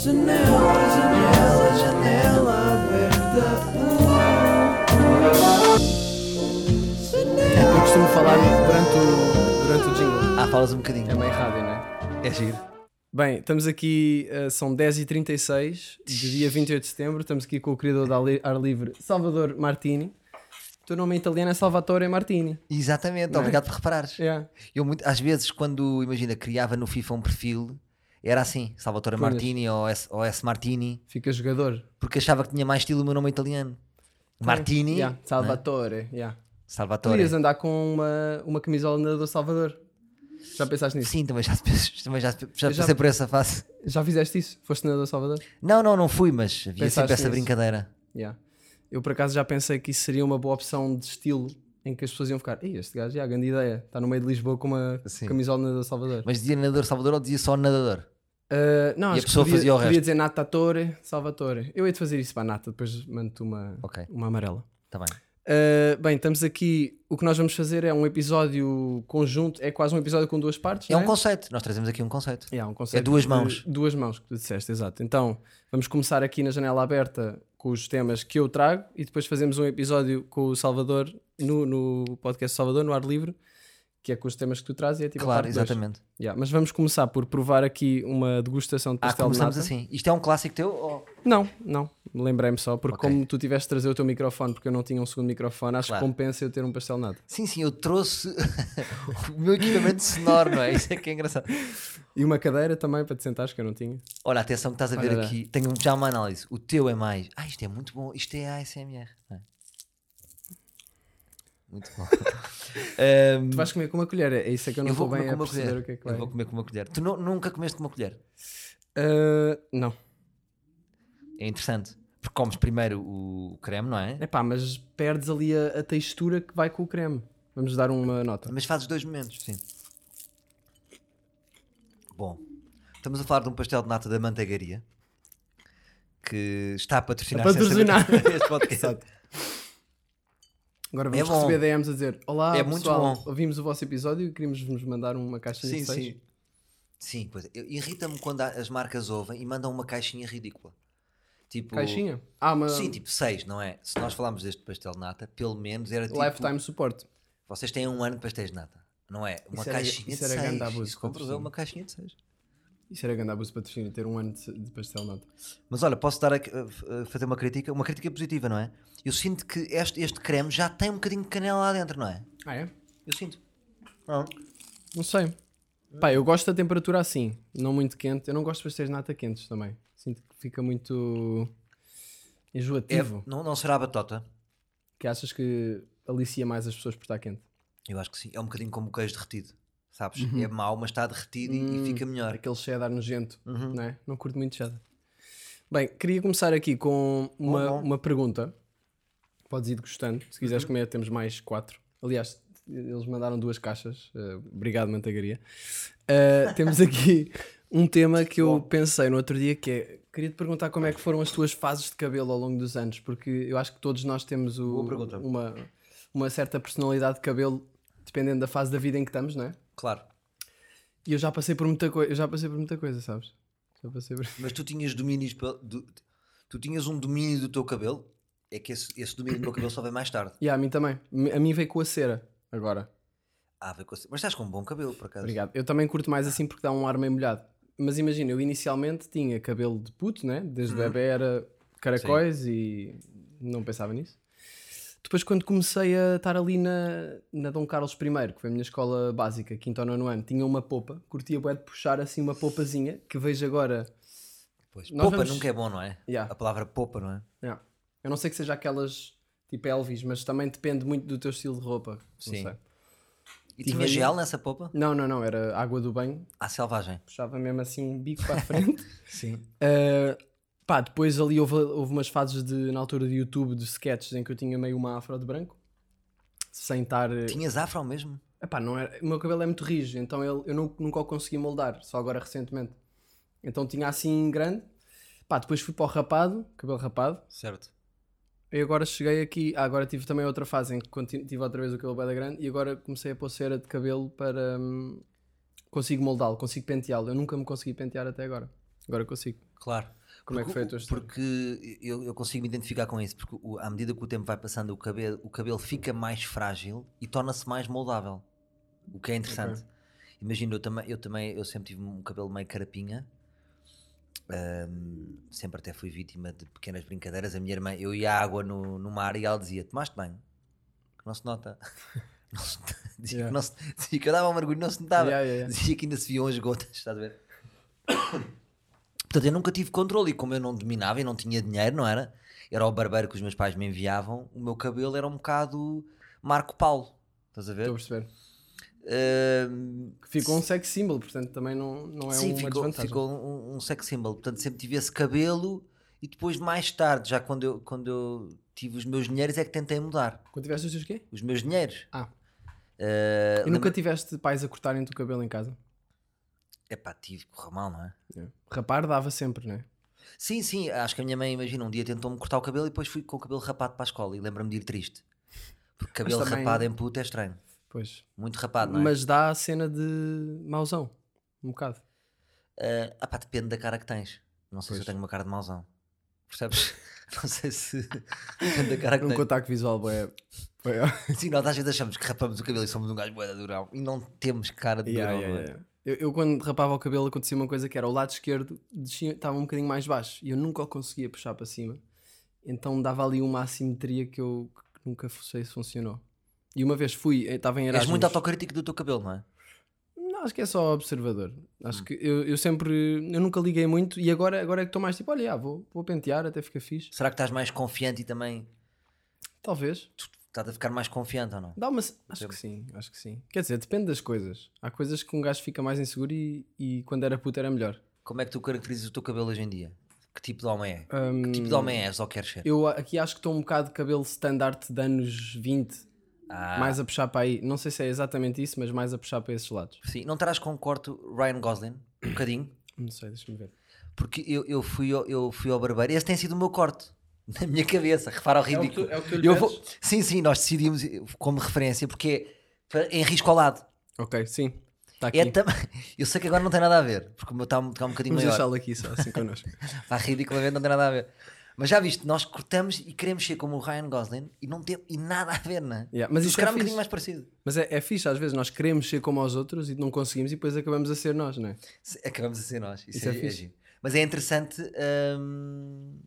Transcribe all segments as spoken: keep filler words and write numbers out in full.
Janela, janela, janela aberta. Eu costumo falar durante o, durante o jingle. Ah, falas um bocadinho. É meio rádio, não é? É giro. Bem, estamos aqui, uh, são dez e trinta e seis de dia vinte e oito de setembro. Estamos aqui com o criador da Ar Livre, Salvador Martini. O teu nome em italiano é Salvatore Martini. Exatamente, Não é? obrigado por reparares. Yeah. Eu muito, às vezes, quando, imagina, criava no FIFA um perfil, era assim, Salvatore Punhas. Martini ou S, ou S Martini, Fica jogador. porque achava que tinha mais estilo o meu nome italiano. Martini, Yeah. né? Salvatore. Yeah. Salvatore. Podias andar com uma, uma camisola nadador Salvador. Já pensaste nisso? Sim, também já, também já, já Eu já- passei por essa fase. Já fizeste isso? Foste nadador Salvador? Não, não, não fui, mas havia Pensaste sempre essa nisso? brincadeira. Yeah. Eu por acaso já pensei que isso seria uma boa opção de estilo em que as pessoas iam ficar, ei, este gajo, já, grande ideia, está no meio de Lisboa com uma Sim. camisola nadador Salvador. Mas dizia nadador Salvador ou dizia só nadador? Uh, não, E a acho pessoa que podia, fazia o podia resto. dizer Natatore, Salvatore. Eu ia te fazer isso para a Nata, depois mando-te uma, Ok. uma amarela. Está bem. Uh, bem, estamos aqui. O que nós vamos fazer é um episódio conjunto, é quase um episódio com duas partes. É não um conceito, nós trazemos aqui um conceito. É, um conceito É duas de- mãos. Duas mãos que tu disseste, exato. Então, vamos começar aqui na janela aberta com os temas que eu trago e depois fazemos um episódio com o Salvador no, no podcast Salvador, no Ar Livre, que é com os temas que tu trazes e é tipo a Claro, parte dois. exatamente. Yeah, mas vamos começar por provar aqui uma degustação de Ah, pastel de começamos nata. assim. Isto é um clássico teu? Ou... Não, não. Lembrei-me só, porque Ok. como tu tiveste de trazer o teu microfone, porque eu não tinha um segundo microfone, acho Claro. que compensa eu ter um pastel de nata. Sim, sim, eu trouxe o meu equipamento sonoro, não é? Isso é que é engraçado. E uma cadeira também para te sentares, que eu não tinha. Olha, atenção que estás a ver Olha lá. aqui. Tenho já uma análise. O teu é mais. Ah, isto é muito bom. Isto é A S M R. não é? Muito bom. Ahm, Tu vais comer com uma colher, é isso é que eu não eu vou estou comer bem com a uma perceber colher. o que é que Eu vai. vou comer com uma colher. Tu nu- nunca comeste com uma colher? Uh, não. É interessante. Porque comes primeiro o creme, não é? Epá, mas perdes ali a, a textura que vai com o creme. Vamos dar uma nota. Mas fazes dois momentos, sim. Bom, estamos a falar de um pastel de nata da Manteigaria que está a patrocinar, A patrocinar. sempre este podcast. Exato. Agora vamos É bom. receber D Ms a dizer: olá, É muito pessoal, bom. ouvimos o vosso episódio e queríamos vos mandar uma caixinha Sim, de seis. sim. Sim, pois é. Eu- irrita-me quando há- as marcas ouvem e mandam uma caixinha ridícula. Tipo, Caixinha? Ah, uma Sim, tipo seis, não é? Se nós falarmos deste pastel de nata, pelo menos era tipo. lifetime support. Vocês têm um ano de pastéis de nata, não é? Uma Isso era- caixinha isso de era grande seis. abuso, Isso compro eu patrocínio. uma caixinha de seis. Isso era grande abuso de patrocínio, ter um ano de, de pastel de nata. Mas olha, posso dar a, a- a fazer uma crítica, uma crítica positiva, não é? Eu sinto que este, este creme já tem um bocadinho de canela lá dentro, não é? Ah, é? Eu sinto. Não. Não sei. Pá, eu gosto da temperatura assim, não muito quente. Eu não gosto de pastéis de nata quentes também. Sinto que fica muito É, enjoativo. não, não será batota? Que achas que alicia mais as pessoas por estar quente? Eu acho que sim. É um bocadinho como o queijo derretido. Sabes? É mau, mas está derretido e- e Hum, fica melhor. Aquele cheddar nojento, Uhum. não é? Não curto muito cheddar. Bem, queria começar aqui com uma, Bom, bom. uma pergunta. Podes ir degustando. Se quiseres Uhum. comer, temos mais quatro. Aliás, eles mandaram duas caixas. Uh, obrigado, Manteigaria. Uh, temos aqui um tema que eu pensei no outro dia, que é... Queria te perguntar como é que foram as tuas fases de cabelo ao longo dos anos, porque eu acho que todos nós temos o- Boa pergunta. uma, uma certa personalidade de cabelo, dependendo da fase da vida em que estamos, não é? Claro. E eu já passei por muita coisa, eu já passei por muita coisa, sabes? Já passei por... Mas tu tinhas domínios. pel- do- Tu tinhas um domínio do teu cabelo? É que esse, esse domínio do meu cabelo só vem mais tarde. E a mim também. A mim veio com a cera agora. Ah, veio com a- mas estás com um bom cabelo, por acaso. Obrigado. Eu também curto mais assim porque dá um ar meio molhado. Mas imagina, eu inicialmente tinha cabelo de puto, né? Desde o bebê era caracóis e não pensava nisso. Depois quando comecei a estar ali na, na Dom Carlos I, que foi a minha escola básica, quinto ou nono ano, tinha uma popa, curtia bué de puxar assim uma popazinha, que vejo agora... Pois. Nós Popa vamos- nunca é bom, não é? Yeah. A palavra popa, não é? Yeah. Eu não sei que seja aquelas tipo Elvis, mas também depende muito do teu estilo de roupa. Não Sim. sei. E Tive tinha aí- gel nessa popa? Não, não, não, era água do banho, À selvagem. puxava mesmo assim um bico para a frente. Sim. Uh, pá, depois ali houve, houve umas fases de, na altura de YouTube de sketches em que eu tinha meio uma afro de branco, sem estar. Tinhas afro mesmo? Epá, não era, o meu cabelo é muito rijo, então ele, eu nu- nunca o consegui moldar, só agora recentemente. Então tinha assim grande. Pá, depois fui para o rapado, cabelo rapado. Certo. E agora cheguei aqui. Ah, agora tive também outra fase em que continu- tive outra vez o cabelo bem grande e agora comecei a pôr cera de cabelo para. hum, consigo moldá-lo, consigo penteá-lo. Eu nunca me consegui pentear até agora. Agora consigo. Claro. Como porque, é que foi a tua história? Porque eu, eu consigo me identificar com isso, porque o, à medida que o tempo vai passando, o cabelo, o cabelo fica mais frágil e torna-se mais moldável, o que é interessante. Okay. Imagina, eu também, eu também eu sempre tive um cabelo meio carapinha, um, sempre até fui vítima de pequenas brincadeiras. A minha irmã, eu ia à água no, no mar e ela dizia: tomaste banho? Que não se nota. Não se, dizia, yeah. que não se, dizia que eu dava um mergulho, não se notava. Yeah, yeah, yeah. Dizia que ainda se viam as gotas, estás a ver? Portanto, eu nunca tive controle, e como eu não dominava e não tinha dinheiro, não era? Era o barbeiro que os meus pais me enviavam, o meu cabelo era um bocado Marco Paulo, estás a ver? Estou a perceber. Uh, ficou um sex symbol, portanto também não, não é sim, uma ficou, desvantagem. Ficou um, um sex symbol, portanto sempre tive esse cabelo, e depois mais tarde, já quando eu, quando eu tive os meus dinheiros, é que tentei mudar. Quando tiveste os teus quê? Os meus dinheiros. Ah. Uh, e nunca lembra... tiveste pais a cortarem-te o cabelo em casa? É pá, tive, correu mal, não é? é? Rapar dava sempre, não é? Sim, sim, acho que a minha mãe, imagina, um dia tentou-me cortar o cabelo e depois fui com o cabelo rapado para a escola e lembro-me de ir triste. Porque cabelo também... rapado em puto é estranho. Pois. Muito rapado, não é? Mas dá a cena de mauzão, um bocado. Uh, ah pá, depende da cara que tens. Não sei pois. se eu tenho uma cara de mauzão. Percebes? Não sei se depende da cara que um tens. Um contacto visual, boé. Sim, nós às vezes achamos que rapamos o cabelo e somos um gajo bué de durão e não temos cara de yeah, durão. Yeah, não é? yeah. Eu, eu quando rapava o cabelo acontecia uma coisa que era o lado esquerdo descia, estava um bocadinho mais baixo e eu nunca o conseguia puxar para cima, então dava ali uma assimetria que eu que nunca sei se funcionou. E uma vez fui, estava em Erasmus. És muito autocrítico do teu cabelo, não é? Não, acho que é só observador. Acho hum. que eu, eu sempre, eu nunca liguei muito e agora, agora é que estou mais tipo, olha, ah, vou, vou pentear, até fica fixe. Será que estás mais confiante e também... Talvez. Estás a ficar mais confiante ou não? Dá uma... Acho que sim, acho que sim. Quer dizer, depende das coisas. Há coisas que um gajo fica mais inseguro e, e quando era puto era melhor. Como é que tu caracterizas o teu cabelo hoje em dia? Que tipo de homem é? Um, que tipo de homem és ou queres ser? Eu aqui acho que estou um bocado de cabelo standard de anos vinte. Ah. Mais a puxar para aí. Não sei se é exatamente isso, mas mais a puxar para esses lados. Sim, não terás com corte Ryan Gosling? Um bocadinho? Não sei, deixa-me ver. Porque eu, eu, fui ao, eu fui ao barbeiro e esse tem sido o meu corte. Na minha cabeça, repara o ridículo. É o que tu, é o que tu eu vou, sim, sim, nós decidimos como referência porque é em risco ao lado. Ok, sim. Tá aqui. É tam... Eu sei que agora não tem nada a ver, porque o meu está um, tá um bocadinho Vamos maior. Vamos deixá-lo aqui só, assim connosco. Está ridiculamente, não tem nada a ver. Mas já viste, nós cortamos e queremos ser como o Ryan Gosling e não tem e nada a ver, não é? Yeah, mas isso é um bocadinho mais parecido. Mas é, é fixe, às vezes nós queremos ser como os outros e não conseguimos e depois acabamos a ser nós, não é? Acabamos a ser nós, isso, isso é, é, é fixe. É, mas é interessante hum,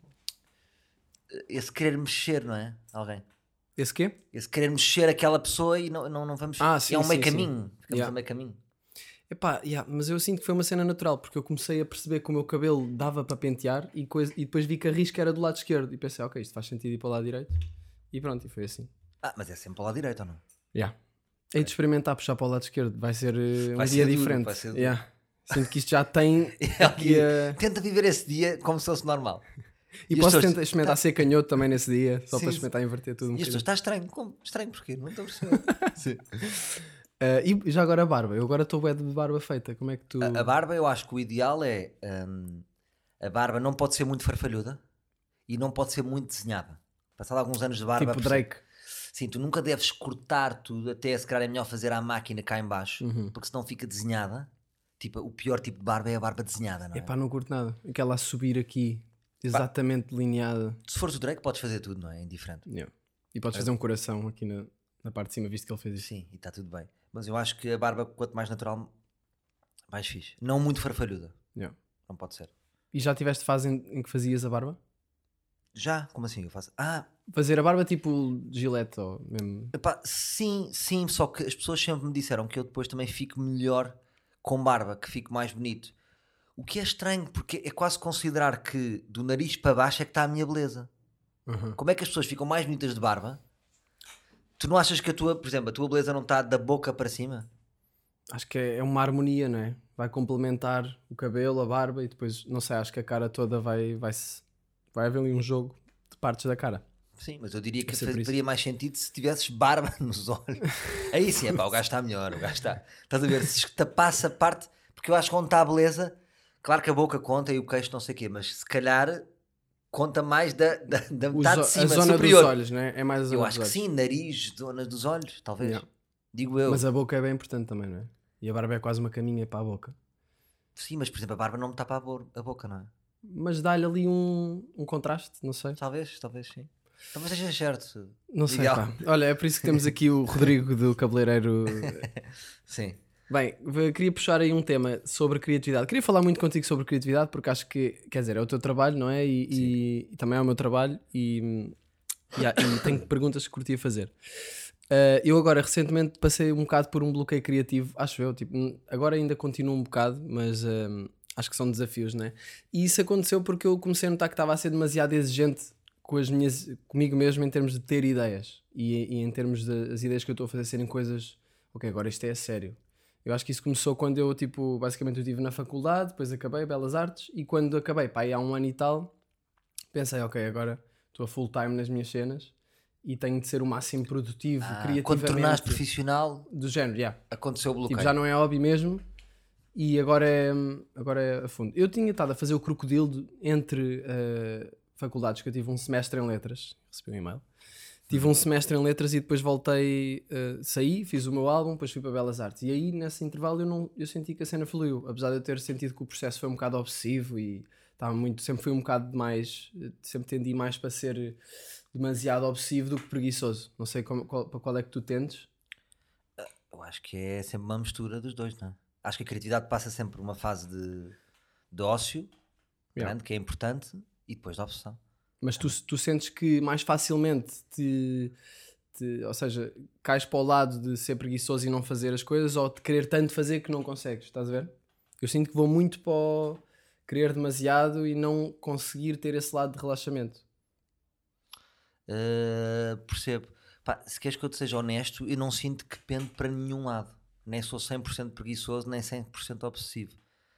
esse querer mexer, não é? Alguém. Esse quê? Esse querer mexer aquela pessoa e não, não, não vamos... Ah, sim, é um sim, meio sim. caminho, ficamos yeah. a meio caminho. Epá, yeah, mas eu sinto que foi uma cena natural, porque eu comecei a perceber que o meu cabelo dava para pentear e, coisa, e depois vi que a risca era do lado esquerdo e pensei, ok, isto faz sentido ir para o lado direito e pronto, e foi assim. Ah, mas é sempre para o lado direito ou não? Yeah. Hei de experimentar puxar para o lado esquerdo, vai ser uh, vai um ser dia duro, diferente. Vai ser yeah. Sinto que isto já tem... aqui, uh... Tenta viver esse dia como se fosse normal. E, e posso pessoas... tentar experimentar tá... ser canhoto também nesse dia, só sim, para experimentar inverter tudo um e as pessoas, está estranho, como? Estranho porquê? Não estou a perceber. Sim. Uh, e já agora a barba, eu agora estou bué de barba feita, como é que tu... A, a barba eu acho que o ideal é, um, a barba não pode ser muito farfalhuda e não pode ser muito desenhada. Passado alguns anos de barba... Tipo Drake. Sim, tu nunca deves cortar tudo, até se calhar é melhor fazer à máquina cá em baixo, uhum. porque senão fica desenhada. Tipo, o pior tipo de barba é a barba desenhada, não é? Epá, não curto nada, aquela a subir aqui, exatamente Pá, delineada. Se fores o Drake podes fazer tudo, não é? É indiferente. Yeah. E podes fazer um coração aqui na, na parte de cima, visto que ele fez isso. Sim, e está tudo bem. Mas eu acho que a barba, quanto mais natural, mais fixe. Não muito farfalhuda. Yeah. Não pode ser. E já tiveste fase em, em que fazias a barba? Já? Como assim? Eu faço... Ah! Fazer a barba tipo Gillette ou mesmo... Epá, sim, sim. Só que as pessoas sempre me disseram que eu depois também fico melhor com barba, que fico mais bonito. O que é estranho, porque é quase considerar que do nariz para baixo é que está a minha beleza. Uhum. Como é que as pessoas ficam mais bonitas de barba? Tu não achas que a tua, por exemplo, a tua beleza não está da boca para cima? Acho que é uma harmonia, não é? Vai complementar o cabelo, a barba e depois, não sei, acho que a cara toda vai, vai, -se, vai haver ali um jogo de partes da cara. Sim, mas eu diria que faria mais sentido se tivesses barba nos olhos. Aí sim, é pá, o gajo está melhor, o gajo está... Estás a ver, se tapasse a parte... Porque eu acho que onde está a beleza, claro que a boca conta e o queixo não sei o quê, mas se calhar... Conta mais da, da, da metade de cima, a zona superior. dos olhos, né? É mais a zona eu dos acho olhos. que sim, nariz, zona dos olhos, talvez. Yeah. Digo eu. Mas a boca é bem importante também, não é? E a barba é quase uma caminha para a boca. Sim, mas por exemplo a barba não me tapa a, bo- a boca, não é? Mas dá-lhe ali um, um contraste, não sei. Talvez, talvez sim. Talvez seja certo. Não sei, Miguel. pá. Olha, é por isso que temos aqui o Rodrigo do Cabeleireiro. Sim. Bem, eu queria puxar aí um tema sobre criatividade. Queria falar muito contigo sobre criatividade porque acho que, quer dizer, é o teu trabalho, não é? E, e, e também é o meu trabalho e, e, há- e tenho perguntas que curtia fazer. Uh, eu agora recentemente passei um bocado por um bloqueio criativo, acho eu, tipo, agora ainda continuo um bocado, mas um, acho que são desafios, né? E isso aconteceu porque eu comecei a notar que estava a ser demasiado exigente com as minhas, comigo mesmo em termos de ter ideias e, e em termos das ideias que eu estou a fazer serem coisas, ok, agora isto é a sério. Eu acho que isso começou quando eu, tipo, basicamente eu estive na faculdade, depois acabei Belas Artes e quando acabei, pá, aí há um ano e tal, pensei, ok, agora estou a full time nas minhas cenas e tenho de ser o máximo produtivo, Ah, criativamente. quando tornaste profissional, do género, já. Yeah. Aconteceu o bloqueio. Tipo, já não é hobby mesmo e agora é, agora é a fundo. Eu tinha estado a fazer o crocodilo entre uh, faculdades, que eu tive um semestre em letras, recebi um e-mail. Tive um semestre em letras e depois voltei, uh, saí, fiz o meu álbum, depois fui para Belas Artes. E aí, nesse intervalo, eu, não, eu senti que a cena fluiu. Apesar de eu ter sentido que o processo foi um bocado obsessivo e estava muito, sempre fui um bocado mais, sempre tendi mais para ser demasiado obsessivo do que preguiçoso. Não sei como, qual, para qual é que tu tendes. Eu acho que é sempre uma mistura dos dois, não é? Acho que a criatividade passa sempre por uma fase de, de ócio, Yeah. grande, que é importante, e depois da obsessão. Mas tu, tu sentes que mais facilmente te, te, ou seja, cais para o lado de ser preguiçoso e não fazer as coisas ou de querer tanto fazer que não consegues, estás a ver? Eu sinto que vou muito para o querer demasiado e não conseguir ter esse lado de relaxamento. Uh, percebo. Pá, se queres que eu te seja honesto, eu não sinto que pende para nenhum lado. Nem sou cem por cento preguiçoso, nem cem por cento obsessivo.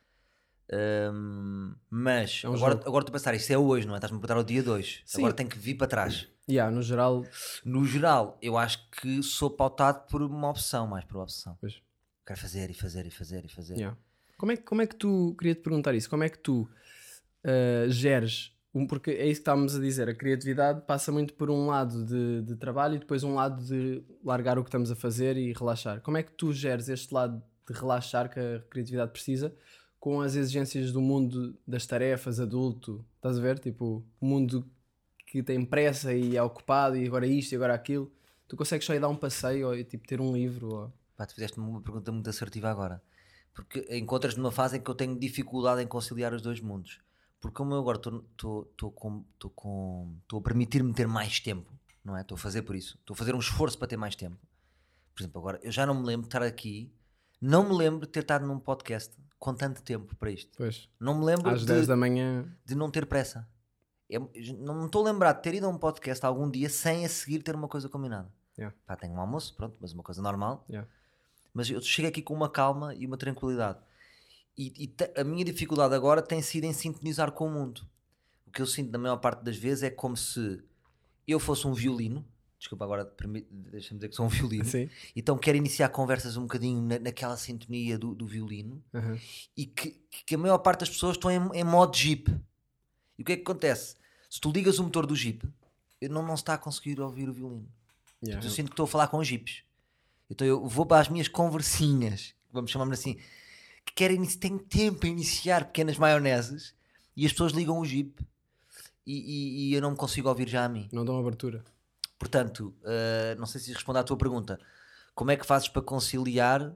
Um, mas É um agora, jogo. agora tu a pensar, isso é hoje, não é? Estás-me a perguntar ao dia dois. Sim. Agora tem que vir para trás. Yeah, no geral, No geral, eu acho que sou pautado por uma opção, mais por uma opção. pois. Quero fazer e fazer e fazer e fazer. Yeah. Como, é, que- como é que tu, queria te perguntar isso, como é que tu uh, geres, um, porque é isso que estávamos a dizer, a criatividade passa muito por um lado de, de trabalho e depois um lado de largar o que estamos a fazer e relaxar. Como é que tu geres este lado de relaxar que a criatividade precisa com as exigências do mundo das tarefas, adulto, estás a ver? Tipo, o mundo que tem pressa e é ocupado e agora isto e agora aquilo. Tu consegues só ir dar um passeio ou tipo, ter um livro? Ou... Pá, tu fizeste-me uma pergunta muito assertiva agora. Porque encontras numa fase em que eu tenho dificuldade em conciliar os dois mundos. Porque como eu agora estou com, com, a permitir-me ter mais tempo, não é? Estou a fazer por isso. Estou a fazer um esforço para ter mais tempo. Por exemplo, agora, eu já não me lembro de estar aqui, não me lembro de ter estado num podcast com tanto tempo para isto. Pois. Não me lembro Às de, dez da manhã de não ter pressa. Eu, não me estou a lembrar de ter ido a um podcast algum dia sem a seguir ter uma coisa combinada. Yeah. Pá, tenho um almoço, pronto, mas uma coisa normal. Yeah. Mas eu chego aqui com uma calma e uma tranquilidade. E, e te, a minha dificuldade agora tem sido em sintonizar com o mundo. O que eu sinto na maior parte das vezes é como se eu fosse um violino. Desculpa, agora deixa-me dizer que sou um violino. Sim. Então quero iniciar conversas um bocadinho na, naquela sintonia do, do violino. Uhum. E que, que a maior parte das pessoas estão em, em modo Jeep. E o que é que acontece? Se tu ligas o motor do Jeep, não, não se está a conseguir ouvir o violino. Yeah. Eu sinto que estou a falar com Jeeps. Então eu vou para as minhas conversinhas, vamos chamar-me assim, que querem, têm tempo a iniciar pequenas maioneses e as pessoas ligam o Jeep e, e, e eu não me consigo ouvir já a mim. Não dão abertura. Portanto, uh, não sei se respondo à tua pergunta. Como é que fazes para conciliar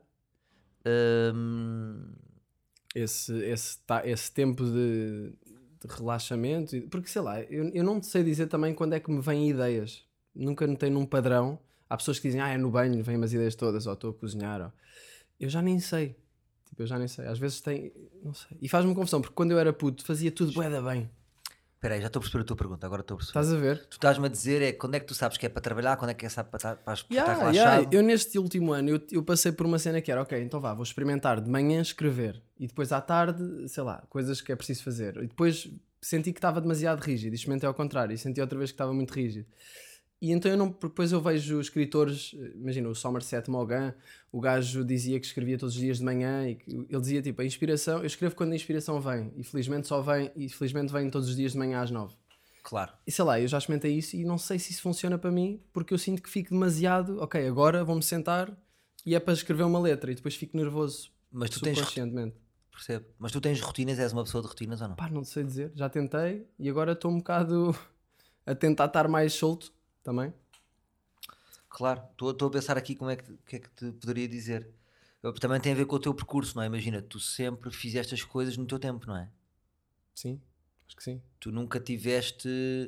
um... esse, esse, tá, esse tempo de, de relaxamento? Porque sei lá, eu, eu não sei dizer também quando é que me vêm ideias. Nunca notei num padrão. Há pessoas que dizem, ah, é no banho, vêm as ideias todas, ou estou a cozinhar. Ou... Eu já nem sei. Tipo, eu já nem sei. Às vezes tem. Não sei. E faz-me confusão, porque quando eu era puto fazia tudo bué da bem. Espera aí, já estou a perceber a tua pergunta. Agora estou a perceber. Estás a ver? Tu estás-me a dizer é quando é que tu sabes que é para trabalhar, quando é que é sabe para estar, para estar yeah, relaxado. Yeah. Eu neste último ano eu, eu passei por uma cena que era, ok, então vá, vou experimentar de manhã escrever e depois à tarde, sei lá, coisas que é preciso fazer. E depois senti que estava demasiado rígido e experimentei ao contrário e senti outra vez que estava muito rígido. E então eu não, depois eu vejo escritores, imagina o Somerset Maugham, o gajo dizia que escrevia todos os dias de manhã e que, ele dizia tipo, a inspiração, eu escrevo quando a inspiração vem e felizmente só vem, e felizmente vem todos os dias de manhã às nove. Claro. E sei lá, eu já experimentei isso e não sei se isso funciona para mim porque eu sinto que fico demasiado, ok, agora vou-me sentar e é para escrever uma letra e depois fico nervoso. Mas tu tens, subconscientemente. Percebo. Mas tu tens rotinas, és uma pessoa de rotinas ou não? Pá, não sei dizer. Já tentei e agora estou um bocado a tentar estar mais solto também. Claro. Estou a pensar aqui como é que, que é que te poderia dizer. Também tem a ver com o teu percurso, não é? Imagina, tu sempre fizeste as coisas no teu tempo, não é? Sim, acho que sim. Tu nunca tiveste...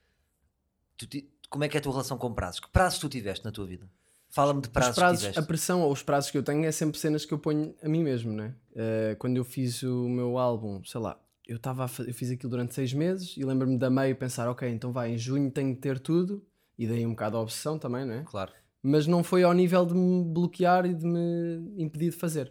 Tu ti... Como é que é a tua relação com prazos? Que prazos tu tiveste na tua vida? Fala-me de prazos, os prazos que tiveste. A pressão ou os prazos que eu tenho é sempre cenas que eu ponho a mim mesmo, né? Uh, quando eu fiz o meu álbum, sei lá, eu, tava fa- eu fiz aquilo durante seis meses e lembro-me da meio pensar, ok, então vai, em junho tenho de ter tudo, e daí um bocado a obsessão também, né? Claro. Mas não foi ao nível de me bloquear e de me impedir de fazer.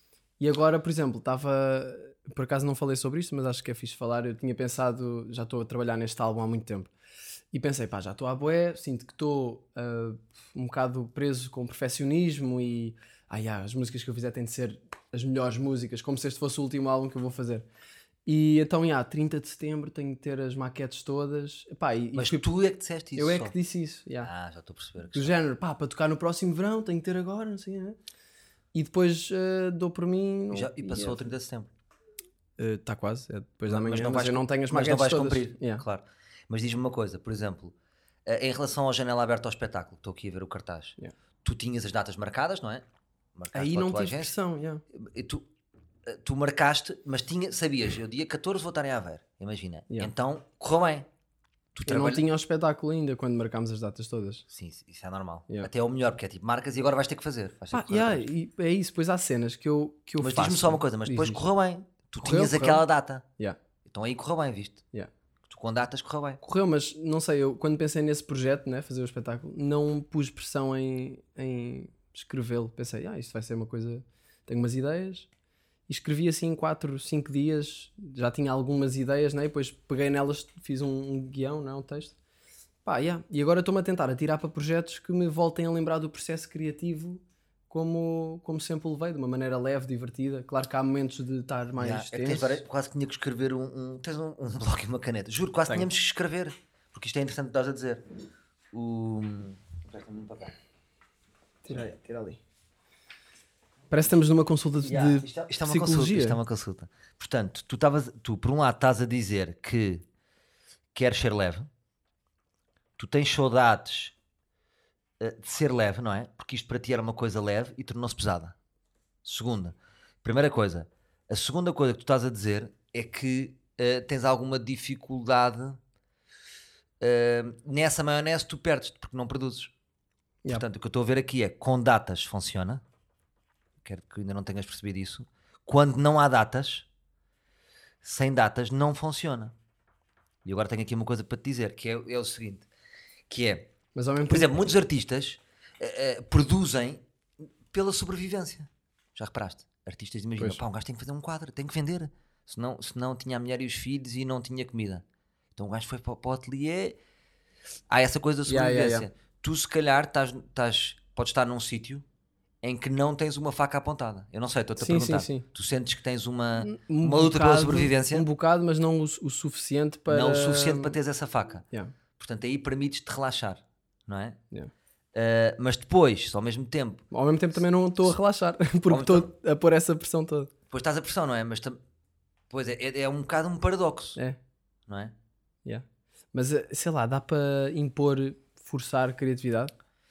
E agora, por exemplo, estava... Por acaso não falei sobre isto, mas acho que é fixe falar. Eu tinha pensado... Já estou a trabalhar neste álbum há muito tempo. E pensei, pá, já estou à bué. Sinto que estou uh, um bocado preso com o perfeccionismo e... Ah, yeah, as músicas que eu fizer têm de ser as melhores músicas, como se este fosse o último álbum que eu vou fazer. E então, yeah, trinta de setembro tenho de ter as maquetes todas. Epá, e, Mas e fui... tu é que disseste isso. Eu é só. que disse isso. Yeah. Ah, já estou a perceber. Do género, pá, para tocar no próximo verão tenho que ter agora, não sei, né? E depois uh, dou por mim. E, já, e passou é, o trinta de setembro. Está uh, quase, é depois da manhã, mas, não mas vais, eu não tenho as mas maquetes não vais todas. cumprir, Yeah. claro. Mas diz-me uma coisa, por exemplo, uh, em relação ao Janela Aberta ao Espetáculo, estou aqui a ver o cartaz, Yeah. tu tinhas as datas marcadas, não é? Marcaste Aí pela não tua tive agência. pressão, yeah. E tu, uh, tu marcaste, mas tinha, sabias, eu dia catorze vou estar em Aveiro, imagina. Yeah. Então, correu bem. Tu Eu trabalha... não tinha o espetáculo ainda quando marcámos as datas todas. Sim, isso é normal. Yeah. Até é o melhor, porque é tipo, marcas e agora vais ter que fazer. Vais ter Pá, que correr yeah, atrás. e é isso, depois há cenas que eu, que eu mas faço. diz-me só uma coisa, mas depois Diz-me. correu bem. Tu Correu, tinhas correu. aquela data. Yeah. Então aí correu bem, viste? Yeah. Tu com datas correu bem. Correu, mas não sei, eu quando pensei nesse projeto, né, fazer o espetáculo, não pus pressão em, em escrevê-lo. Pensei, ah, isto vai ser uma coisa... Tenho umas ideias... E escrevi assim em quatro, cinco dias, já tinha algumas ideias, né? E depois peguei nelas, fiz um, um guião, não, um texto. Pá, yeah. E agora estou-me a tentar atirar para projetos que me voltem a lembrar do processo criativo como, como sempre o levei, de uma maneira leve, divertida. Claro que há momentos de estar mais Yeah, é que tenso. agora quase que tinha que escrever um, um tens um, um bloco e uma caneta. Juro, quase Tenho. tínhamos que escrever. Porque isto é interessante o que estás a dizer. O... Tira aí, tira ali. Parece que estamos numa consulta de Yeah, isto, é, isto é uma consulta, psicologia. isto é uma consulta. Portanto, tu, tavas, tu por um lado estás a dizer que queres ser leve, tu tens saudades uh, de ser leve, não é? Porque isto para ti era uma coisa leve e tornou-se pesada. Segunda, primeira coisa, a segunda coisa que tu estás a dizer é que uh, tens alguma dificuldade uh, nessa maionese, tu perdes-te porque não produzes. Yeah. Portanto, o que eu estou a ver aqui é com datas funciona. Quero que ainda não tenhas percebido isso. Quando não há datas, sem datas não funciona. E agora tenho aqui uma coisa para te dizer, que é, é o seguinte, que é, Mas ao mesmo por tempo, exemplo, muitos artistas uh, uh, produzem pela sobrevivência. Já reparaste? Artistas imaginam, pá, um gajo tem que fazer um quadro, tem que vender. Senão, senão tinha a mulher e os filhos e não tinha comida. Então o gajo foi para, para o ateliê. Há essa coisa da sobrevivência. Yeah, yeah, yeah. Tu se calhar estás, estás, podes estar num sítio em que não tens uma faca apontada. Eu não sei, estou-te a Sim, perguntar. sim, sim. Tu sentes que tens uma, um uma luta pela bocado- sobrevivência? Um bocado, mas não o, o suficiente para... Não o suficiente para teres essa faca. Yeah. Portanto, aí permites-te relaxar, não é? Yeah. Uh, mas depois, ao mesmo tempo, Ao mesmo tempo também não estou a relaxar, porque Ao mesmo estou a pôr essa pressão toda. depois estás a pressão, não é? Mas tam- pois é, é, é um bocado um paradoxo, É, não é? yeah. Mas eh, sei lá, dá para impor, forçar criatividade?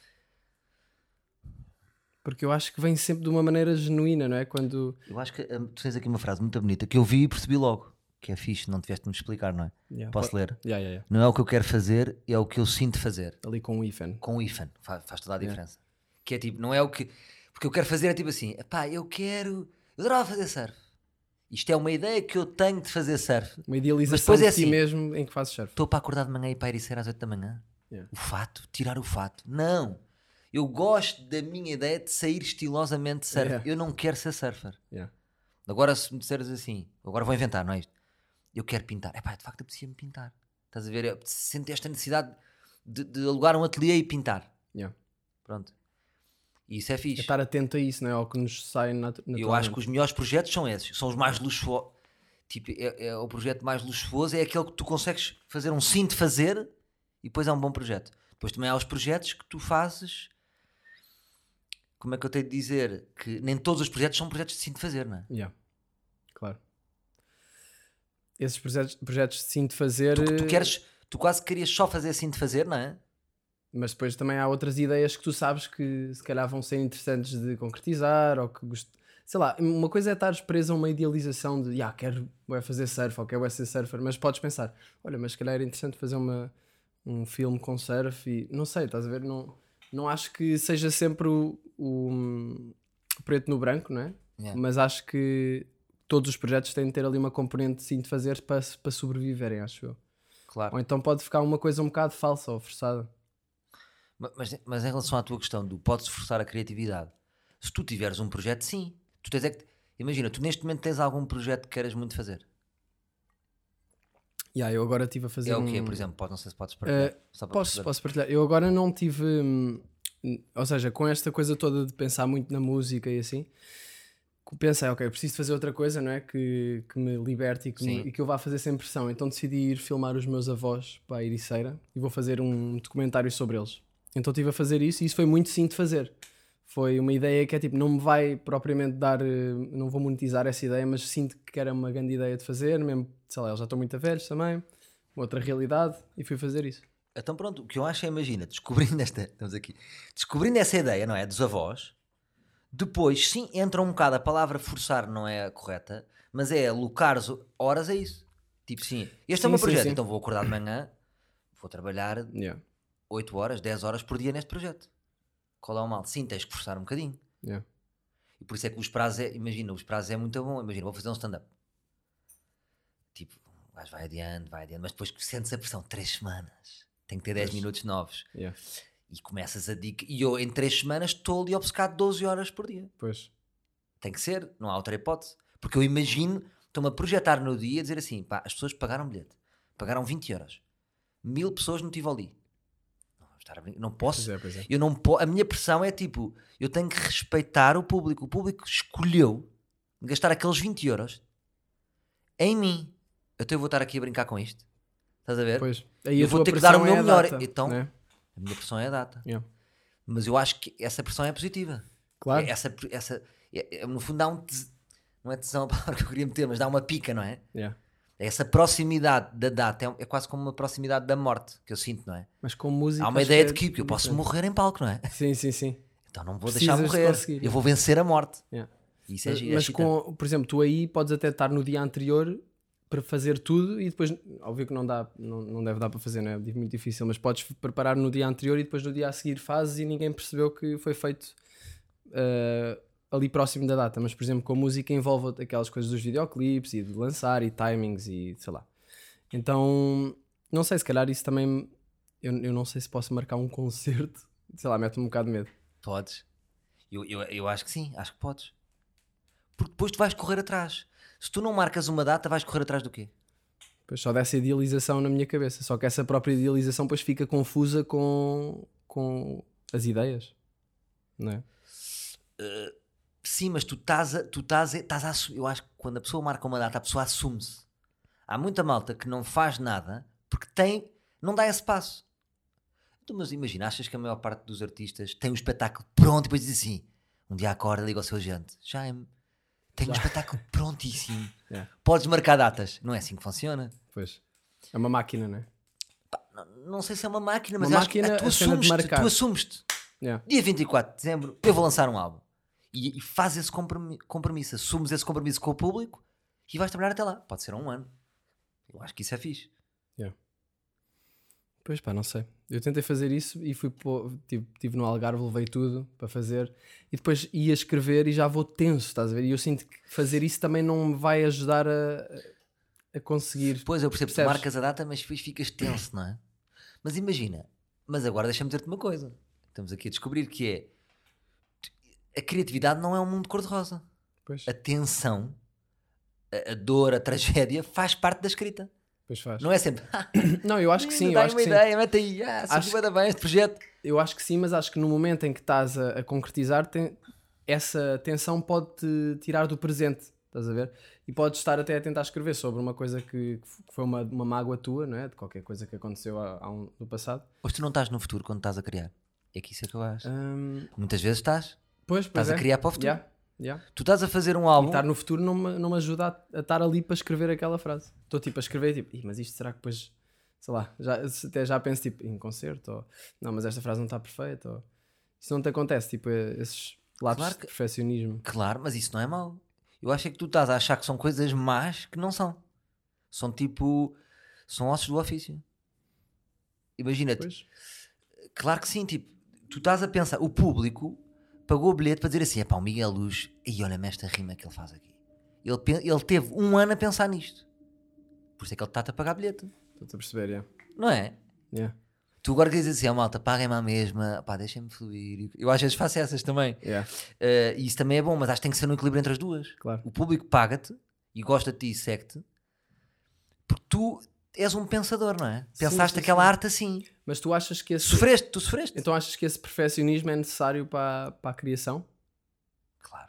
Porque eu acho que vem sempre de uma maneira genuína, não é? Quando... Eu acho que hum, tu tens aqui uma frase muito bonita que eu vi e percebi logo, que é fixe, não tiveste de me explicar, não é? Yeah, Posso pode- ler? Yeah, yeah, yeah. Não é o que eu quero fazer, é o que eu sinto fazer. Ali com o hífen. Com o hífen, faz, faz toda a diferença. Que é tipo, não é o que... Porque eu quero fazer é tipo assim, pá, eu quero... Eu adorava fazer surf. Isto é uma ideia que eu tenho de fazer surf. Uma idealização depois é de si assim, mesmo em que fazes surf. Estou para acordar de manhã e para ir ser às oito da manhã. Yeah. O fato, tirar o fato. Não. Eu gosto da minha ideia de sair estilosamente de surf. Yeah. Eu não quero ser surfer. Yeah. Agora se me disseres assim, agora vou inventar, não é isto? Eu quero pintar. É pá, de facto apetecia-me pintar. Estás a ver? Eu sinto esta necessidade de, de alugar um ateliê e pintar. Yeah. Pronto. E isso é É fixe. estar atento a isso, não é? Ao que nos sai nat- naturalmente. Eu acho que os melhores projetos são esses. São os mais luxuosos. Tipo, é, é o projeto mais luxuoso, é aquele que tu consegues fazer um sim de fazer e depois é um bom projeto. Depois também há os projetos que tu fazes. Como é que eu tenho de dizer? Que nem todos os projetos são projetos de sim de fazer, não é? Yeah. esses projetos, projetos sim de fazer... Tu, tu, queres, tu quase querias só fazer assim de fazer, não é? Mas depois também há outras ideias que tu sabes que se calhar vão ser interessantes de concretizar, ou que gost... sei lá, uma coisa é estares preso a uma idealização de, ah, quero é fazer surf, ou quero é ser surfer, mas podes pensar, olha, mas se calhar era interessante fazer uma, um filme com surf e, não sei, estás a ver, não, não acho que seja sempre o, o, o preto no branco, não é? Yeah. Mas acho que todos os projetos têm de ter ali uma componente sim de fazer para, para sobreviverem, acho eu. Claro. Ou então pode ficar uma coisa um bocado falsa ou forçada. Mas, mas em relação à tua questão do podes forçar a criatividade, se tu tiveres um projeto, sim. Tu tens é que, imagina, tu neste momento tens algum projeto que queiras muito fazer? Yeah, eu agora estive a fazer É o quê, um... por exemplo? Pode, não sei se podes partilhar. Uh, Só para posso, posso partilhar. Eu agora não tive... Hum, ou seja, com esta coisa toda de pensar muito na música e assim, pensei, ok, preciso fazer outra coisa, não é? Que, que me liberte e que, me, e que eu vá fazer sem pressão. Então decidi ir filmar os meus avós para a Ericeira e vou fazer um documentário sobre eles. Então estive a fazer isso e isso foi muito sim de fazer. Foi uma ideia que é tipo, não me vai propriamente dar, não vou monetizar essa ideia, mas sinto que era uma grande ideia de fazer, mesmo, sei lá, eles já estão muito velhos também, outra realidade, e fui fazer isso. Então pronto, o que eu acho é, imagina, descobrindo esta, estamos aqui, descobrindo essa ideia, não é, dos avós, depois sim entra um bocado, a palavra forçar não é a correta, mas é alocar horas a isso. Tipo sim, este sim, é o meu sim, projeto, sim. Então vou acordar de manhã, vou trabalhar yeah. oito horas, dez horas por dia neste projeto. Qual é o mal? Sim, tens que forçar um bocadinho. Yeah. E por isso é que os prazos é, imagina, os prazos é muito bom. Imagina, vou fazer um stand-up. Tipo, o gajo vai adiante, vai adiante, mas depois sentes a pressão, três semanas, tem que ter dez minutos novos. Yeah. E começas a dica. E eu, em três semanas, estou ali obcecado doze horas por dia. Pois. Tem que ser, não há outra hipótese. Porque eu imagino, estou-me a projetar no dia, a dizer assim, pá, as pessoas pagaram bilhete, pagaram vinte euros, mil pessoas no Tivoli. Não posso, pois é, pois é. Eu não po- a minha pressão é tipo, eu tenho que respeitar o público. O público escolheu gastar aqueles vinte euros em mim. Então eu vou estar aqui a brincar com isto. Estás a ver? Pois. Aí eu vou ter que dar o meu é melhor. Data, então, né? A minha pressão é a data. Yeah. Mas eu acho que essa pressão é positiva. Claro. É, essa, essa, é, é, no fundo dá um tes... não é tesão a palavra que eu queria meter, mas dá uma pica, não é? Yeah. Essa proximidade da data é, é quase como uma proximidade da morte que eu sinto, não é? Mas com música. Há uma ideia é de que, que eu posso diferente. morrer em palco, não é? Sim, sim, sim. Então não vou Precisas deixar morrer. De eu vou vencer a morte. Yeah. Isso é, mas é mas com, por exemplo, tu aí podes até estar no dia anterior para fazer tudo e depois, óbvio que não dá, não, não deve dar para fazer, não é? Muito difícil, mas podes preparar no dia anterior e depois no dia a seguir fazes e ninguém percebeu que foi feito uh, ali próximo da data. Mas, por exemplo, com a música envolve aquelas coisas dos videoclipes e de lançar e timings e sei lá. Então, não sei, se calhar isso também, eu, eu não sei se posso marcar um concerto, sei lá, mete-me um bocado de medo. Podes. Eu, eu, eu acho que sim, acho que podes. Porque depois tu vais correr atrás. Se tu não marcas uma data, vais correr atrás do quê? Pois só dessa idealização na minha cabeça. Só que essa própria idealização depois fica confusa com, com as ideias. Não é? Uh, sim, mas tu estás a, tu estás a, estás a assumir. Eu acho que quando a pessoa marca uma data, a pessoa assume-se. Há muita malta que não faz nada porque tem, não dá esse passo. Então, mas imagina, achas que a maior parte dos artistas tem um espetáculo pronto e depois diz assim, um dia acorda, liga ao seu agente, já é, tenho um espetáculo prontíssimo. Yeah. Podes marcar datas. Não é assim que funciona. Pois. É uma máquina, não é? Pá, não, não sei se é uma máquina, mas uma acho máquina, que tu assumes-te. Tu assumes-te. Yeah. Dia vinte e quatro de dezembro eu vou lançar um álbum. E, e faz esse compromisso. Assumes esse compromisso com o público e vais trabalhar até lá. Pode ser um ano. Eu acho que isso é fixe. Yeah. Pois pá, não sei. Eu tentei fazer isso e fui pô, tive, tive no Algarve, levei tudo para fazer e depois ia escrever e já vou tenso, estás a ver? E eu sinto que fazer isso também não me vai ajudar a, a conseguir. Pois eu percebo que tu marcas a data, mas depois ficas tenso, não é? Mas imagina, mas agora deixa-me dizer-te uma coisa. Estamos aqui a descobrir que é a criatividade não é um mundo cor-de-rosa. Pois. A tensão, a, a dor, a tragédia faz parte da escrita. Pois faz. Não é sempre. Não, eu acho que sim. Dá eu acho uma que ideia, sim. mete aí, ah, acho que... bem este projeto. Eu acho que sim, mas acho que no momento em que estás a, a concretizar, tem, essa tensão pode-te tirar do presente, estás a ver? E podes estar até a tentar escrever sobre uma coisa que, que foi uma, uma mágoa tua, não é? De qualquer coisa que aconteceu há, há um, no passado. Mas tu não estás no futuro quando estás a criar. É que isso é que eu acho. Um... Muitas vezes estás. Pois, pois estás é. a criar para o futuro. Yeah. Yeah. Tu estás a fazer um álbum... E estar no futuro não me, não me ajuda a, a estar ali para escrever aquela frase. Estou tipo a escrever tipo, mas isto será que depois, sei lá, já, até já penso tipo, em concerto, ou não, mas esta frase não está perfeita, ou isso não te acontece, tipo, esses lapsos claro que, de perfeccionismo. Claro, mas isso não é mau. Eu acho é que tu estás a achar que são coisas más que não são. São tipo, são ossos do ofício. Imagina-te. Claro que sim, tipo, tu estás a pensar, o público pagou o bilhete para dizer assim, é pá, o Miguel Luz, e olha-me esta rima que ele faz aqui. Ele, ele teve um ano a pensar nisto. Por isso é que ele está-te a pagar bilhete. Estou-te a perceber, yeah. Não é? Yeah. Tu agora queres dizer assim, oh, malta, paguem-me a mesma, pá, deixem-me fluir. Eu às vezes faço essas também. Yeah. Uh, e isso também é bom, mas acho que tem que ser um equilíbrio entre as duas. Claro. O público paga-te e gosta de ti e segue-te porque tu és um pensador, não é? Sim, Pensaste sim, aquela sim. arte assim. Mas tu achas que esse... Sofreste, tu sofreste. Então achas que esse perfeccionismo é necessário para, para a criação? Claro.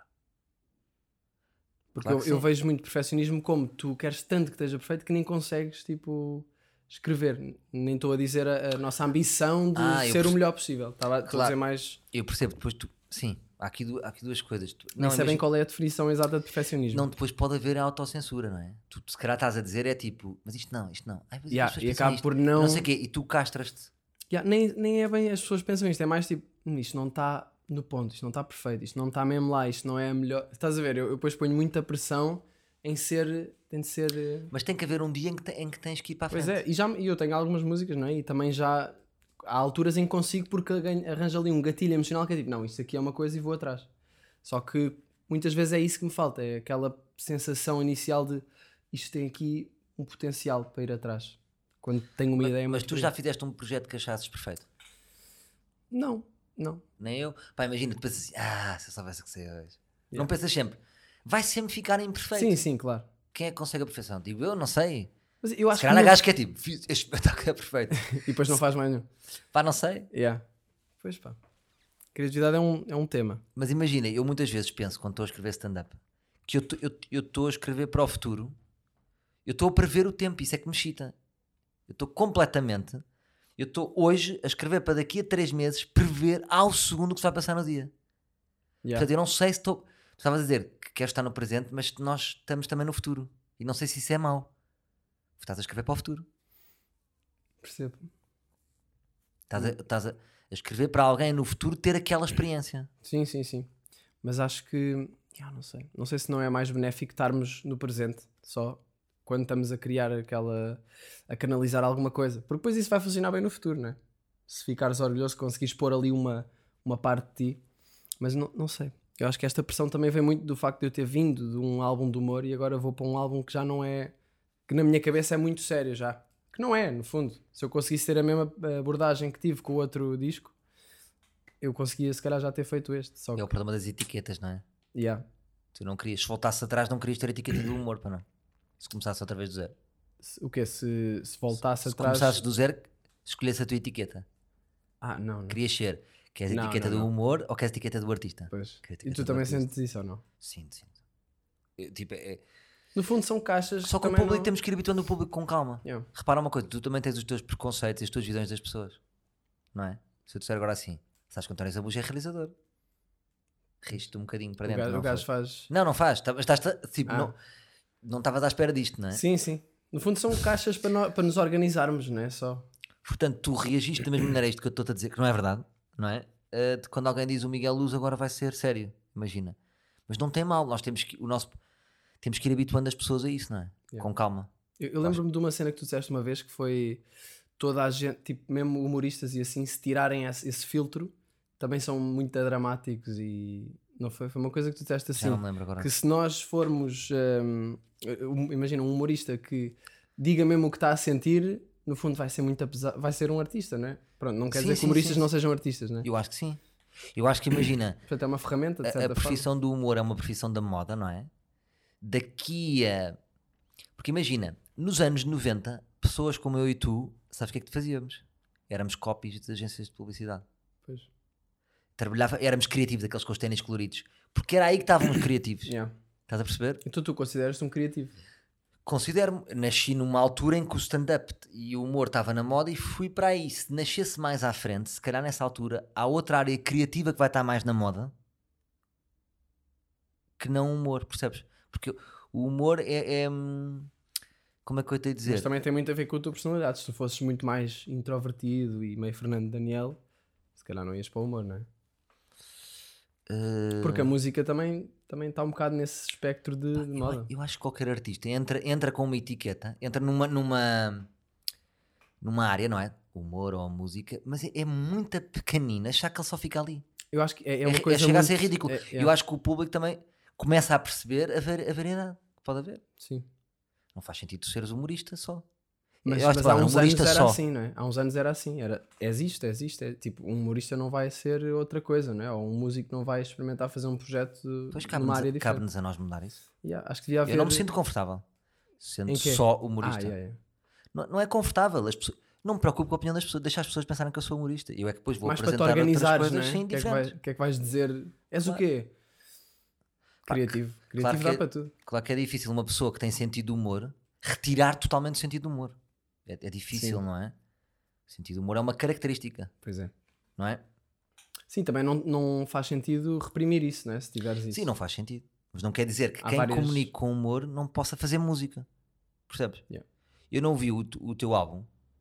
Porque Claro eu, eu vejo muito perfeccionismo como tu queres tanto que esteja perfeito que nem consegues, tipo, escrever. Nem estou a dizer a, a nossa ambição de ah, ser perce... o melhor possível. Estava claro. a dizer mais... Eu percebo, depois tu... Sim, há aqui, du... há aqui duas coisas. Tu... Nem sabem imagina... qual é a definição exata de perfeccionismo. Não, depois pode haver a autocensura, não é? Tu se calhar estás a dizer é tipo, mas isto não, isto não. Ai, mas yeah, e acaba por não... Não sei o quê, e tu castras-te. Yeah, nem, nem é bem as pessoas pensam isto, é mais tipo, isto não está no ponto, isto não está perfeito, isto não está mesmo lá, isto não é a melhor... Estás a ver, eu, eu depois ponho muita pressão em ser... Tem de ser... Mas tem que haver um dia em que, te, em que tens que ir para a frente. Pois é, e, já, e eu tenho algumas músicas, não é? E também já... Há alturas em que consigo porque arranjo ali um gatilho emocional que é tipo, não, isto aqui é uma coisa e vou atrás. Só que muitas vezes é isso que me falta, é aquela sensação inicial de isto tem aqui um potencial para ir atrás. Quando tenho uma mas, ideia... Mas tu já fizeste um projeto que achasses perfeito? Não, não. Nem eu? Pá, imagina, tu pensas assim, ah, se eu soubesse que sei hoje. Yeah. Não pensas sempre, vai sempre ficar imperfeito. Sim, sim, claro. Quem é que consegue a perfeição? Digo eu, não sei. Mas eu acho se calhar que há gajo que é tipo, fiz este espetáculo é perfeito. E depois não faz mais nenhum. Pá, não sei. Yeah. Pois pá. Criatividade é um, é um tema. Mas imagina, eu muitas vezes penso, quando estou a escrever stand-up, que eu estou a escrever para o futuro, eu estou a prever o tempo, isso é que me excita. Eu estou completamente, eu estou hoje a escrever para daqui a três meses, prever ao segundo o que se vai passar no dia. Yeah. Portanto, eu não sei se estou... Tu estavas a dizer que queres estar no presente, mas nós estamos também no futuro. E não sei se isso é mau. Estás a escrever para o futuro. Percebo. Estás a, estás a escrever para alguém no futuro ter aquela experiência. Sim, sim, sim. Mas acho que... Ah, não sei. Não sei se não é mais benéfico estarmos no presente, só quando estamos a criar aquela... a canalizar alguma coisa. Porque depois isso vai funcionar bem no futuro, não é? Se ficares orgulhoso, conseguires pôr ali uma, uma parte de ti. Mas não, não sei. Eu acho que esta pressão também vem muito do facto de eu ter vindo de um álbum de humor e agora vou para um álbum que já não é... que na minha cabeça é muito sério já. Que não é, no fundo. Se eu conseguisse ter a mesma abordagem que tive com o outro disco, eu conseguia se calhar já ter feito este. Só que... É o problema das etiquetas, não é? Yeah. Tu não querias, se voltasse atrás não querias ter a etiqueta do humor, para não? Se começasse outra vez do zero. O quê? Se, se voltasse se, se atrás... Se começasses do zero, escolhesse a tua etiqueta. Ah, não, não. Querias ser... Queres a não, etiqueta não, do não. humor ou queres a etiqueta do artista? Pois. E tu também artista. Sentes isso ou não? Sinto, sinto. Eu, tipo, é... No fundo são caixas. Só que o público não... temos que ir habituando o público com calma. Yeah. Repara uma coisa, tu também tens os teus preconceitos e as tuas visões das pessoas. Não é? Se eu disser agora assim, sabes que o António Zambujo é realizador. Riste um bocadinho para o dentro. Gajo, não o gajo faz. Não, não faz. Estás, tipo, ah. não, não estavas à espera disto, não é? Sim, sim. No fundo são caixas para, no, para nos organizarmos, não é? Só. Portanto, tu reagiste da mesma maneira a isto que eu estou a dizer, que não é verdade, não é? Uh, de quando alguém diz o Miguel Luz agora vai ser sério, imagina. Mas não tem mal, nós temos que, o nosso, temos que ir habituando as pessoas a isso, não é? Yeah. Com calma. Eu, eu lembro-me de uma cena que tu disseste uma vez que foi toda a gente, tipo, mesmo humoristas e assim, se tirarem esse, esse filtro, também são muito dramáticos e não foi? Foi uma coisa que tu disseste assim, não me lembro agora. Que se nós formos, um, imagina um humorista que diga mesmo o que está a sentir, no fundo vai ser muito apesar, vai ser um artista, não é? Pronto, não quer sim, dizer sim, que humoristas sim, não sejam artistas, não é? Eu acho que sim. Eu acho que imagina, portanto é uma ferramenta de certa a, a profissão forma. do humor é uma profissão da moda, não é? Daqui a... Porque imagina, nos anos noventa, pessoas como eu e tu, sabes o que é que fazíamos? Éramos copies de agências de publicidade. Pois. Trabalhava, éramos criativos, aqueles com os ténis coloridos. Porque era aí que estávamos criativos. Yeah. Estás a perceber? Então tu consideras-te um criativo? Considero-me. Nasci numa altura em que o stand-up e o humor estava na moda e fui para aí. Se nascesse mais à frente, se calhar nessa altura, há outra área criativa que vai estar mais na moda. que não humor, percebes? Porque o humor é, é como é que eu te ia dizer? Mas também tem muito a ver com a tua personalidade. Se tu fosses muito mais introvertido e meio Fernando Daniel, se calhar não ias para o humor, não é? Uh... Porque a música também também está um bocado nesse espectro de, Pá, de moda. Eu, eu acho que qualquer artista entra, entra com uma etiqueta, entra numa, numa, numa área, não é? Humor ou música, mas é, é muito pequenina, achar que ele só fica ali. Eu acho que é, é uma é, coisa é chega muito... a ser ridículo. É, é. Eu acho que o público também começa a perceber a, ver, a variedade que pode haver. Sim. Não faz sentido tu seres humorista só. Mas, eu acho mas que há uns anos era só. assim, não é? Há uns anos era assim. Era, existe, existe. É, tipo, um humorista não vai ser outra coisa, não é? Ou um músico não vai experimentar fazer um projeto pois numa área a, diferente. Cabe-nos a nós mudar isso. Yeah, acho que devia haver... Eu não me sinto confortável sendo só humorista. Ah, yeah, yeah. Não, não é confortável. As pessoas... Não me preocupo com a opinião das pessoas. Deixa as pessoas pensarem que eu sou humorista. Eu é que depois vou mais apresentar para te organizares, outras coisas, não é? sim, que, é que, diferentes. vai, que é que vais dizer? És claro. O quê? Criativo. Criativo claro dá é, para tudo. Claro que é difícil uma pessoa que tem sentido de humor retirar totalmente o sentido de humor. É, é difícil, sim. Não é? O sentido de humor é uma característica. Pois é. Não é? Sim, também não, não faz sentido reprimir isso, não é? Se tiveres isso. Sim, não faz sentido. Mas não quer dizer que Há quem várias... comunica com humor não possa fazer música. Percebes? Yeah. Eu não vi o, o teu álbum,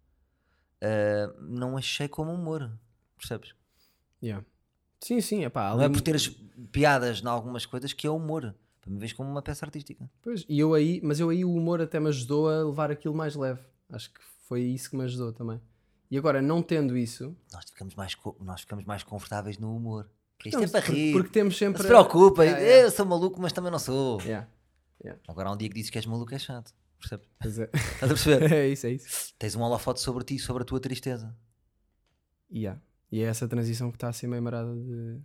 uh, não achei como humor. Percebes? Yeah. Sim, sim. Epá, não é por teres piadas em algumas coisas que é humor. Para me veres como uma peça artística. Pois, e eu aí, mas eu aí o humor até me ajudou a levar aquilo mais leve. Acho que foi isso que me ajudou também. E agora, não tendo isso... Nós ficamos mais, nós ficamos mais confortáveis no humor. Que isto não, é para porque, rir. Porque temos sempre... Não se preocupem, yeah, yeah. eu sou maluco, mas também não sou. Yeah. Yeah. Agora há um dia que dizes que és maluco, é chato. Percebes? Pois é. Estás a perceber? É isso, é isso. Tens um holofote sobre ti, sobre a tua tristeza. Yeah. E é essa transição que está a ser meio marada de,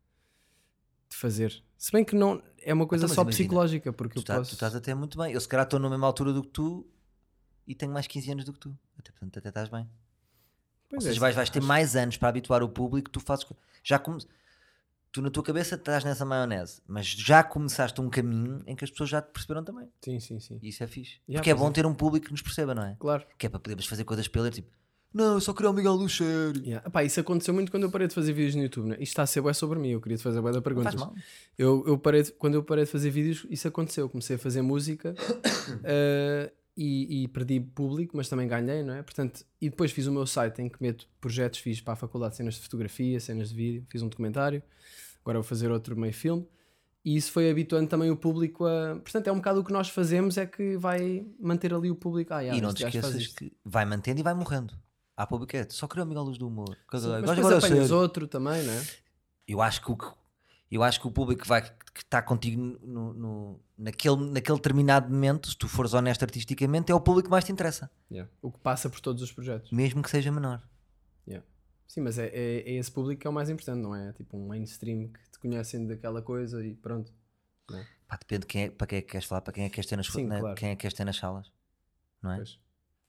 de fazer. Se bem que não é uma coisa então, só imagina, psicológica, porque tu, eu tá, posso... tu estás até muito bem. Eu se calhar estou na mesma altura do que tu e tenho mais quinze anos do que tu. Até, portanto, até estás bem. Pois Ou seja, é, vais, vais ter acho... mais anos para habituar o público. Tu fazes... Já come... Tu na tua cabeça estás nessa maionese, mas já começaste um caminho em que as pessoas já te perceberam também. Sim, sim, sim. E isso é fixe. Yeah, porque é bom é. ter um público que nos perceba, não é? Claro. Que é para podermos fazer coisas pelo tipo, não, eu só queria o Miguel Luz sério. Yeah. Epá, isso aconteceu muito quando eu parei de fazer vídeos no YouTube, né? Isto está a ser bué sobre mim, eu queria te fazer bué da pergunta. Faz mal. Eu, eu parei de, quando eu parei de fazer vídeos, isso aconteceu. Comecei a fazer música uh, e, e perdi público, mas também ganhei, não é? Portanto, e depois fiz o meu site em que meto projetos, fiz para a faculdade cenas de fotografia, cenas de vídeo, fiz um documentário. Agora vou fazer outro meio filme. E isso foi habituando também o público a... Portanto, é um bocado o que nós fazemos é que vai manter ali o público. Ah, yeah, e não te esqueças que vai mantendo e vai morrendo. Há público é, só queria o Miguel Luz do humor. Sim, mas depois agora apanhas outro também, não é? Eu acho que o, eu acho que o público que, vai, que está contigo no, no, naquele, naquele determinado momento, se tu fores honesto artisticamente, é o público que mais te interessa. Yeah. O que passa por todos os projetos. Mesmo que seja menor. Yeah. Sim, mas é, é, é esse público que é o mais importante, não é? Tipo um mainstream que te conhecem daquela coisa e pronto. Não é? Pá, depende de quem é, para quem é que queres falar, para quem é que queres ter nas, Sim, né? claro. Quem é que queres ter nas salas. Não é? Pois.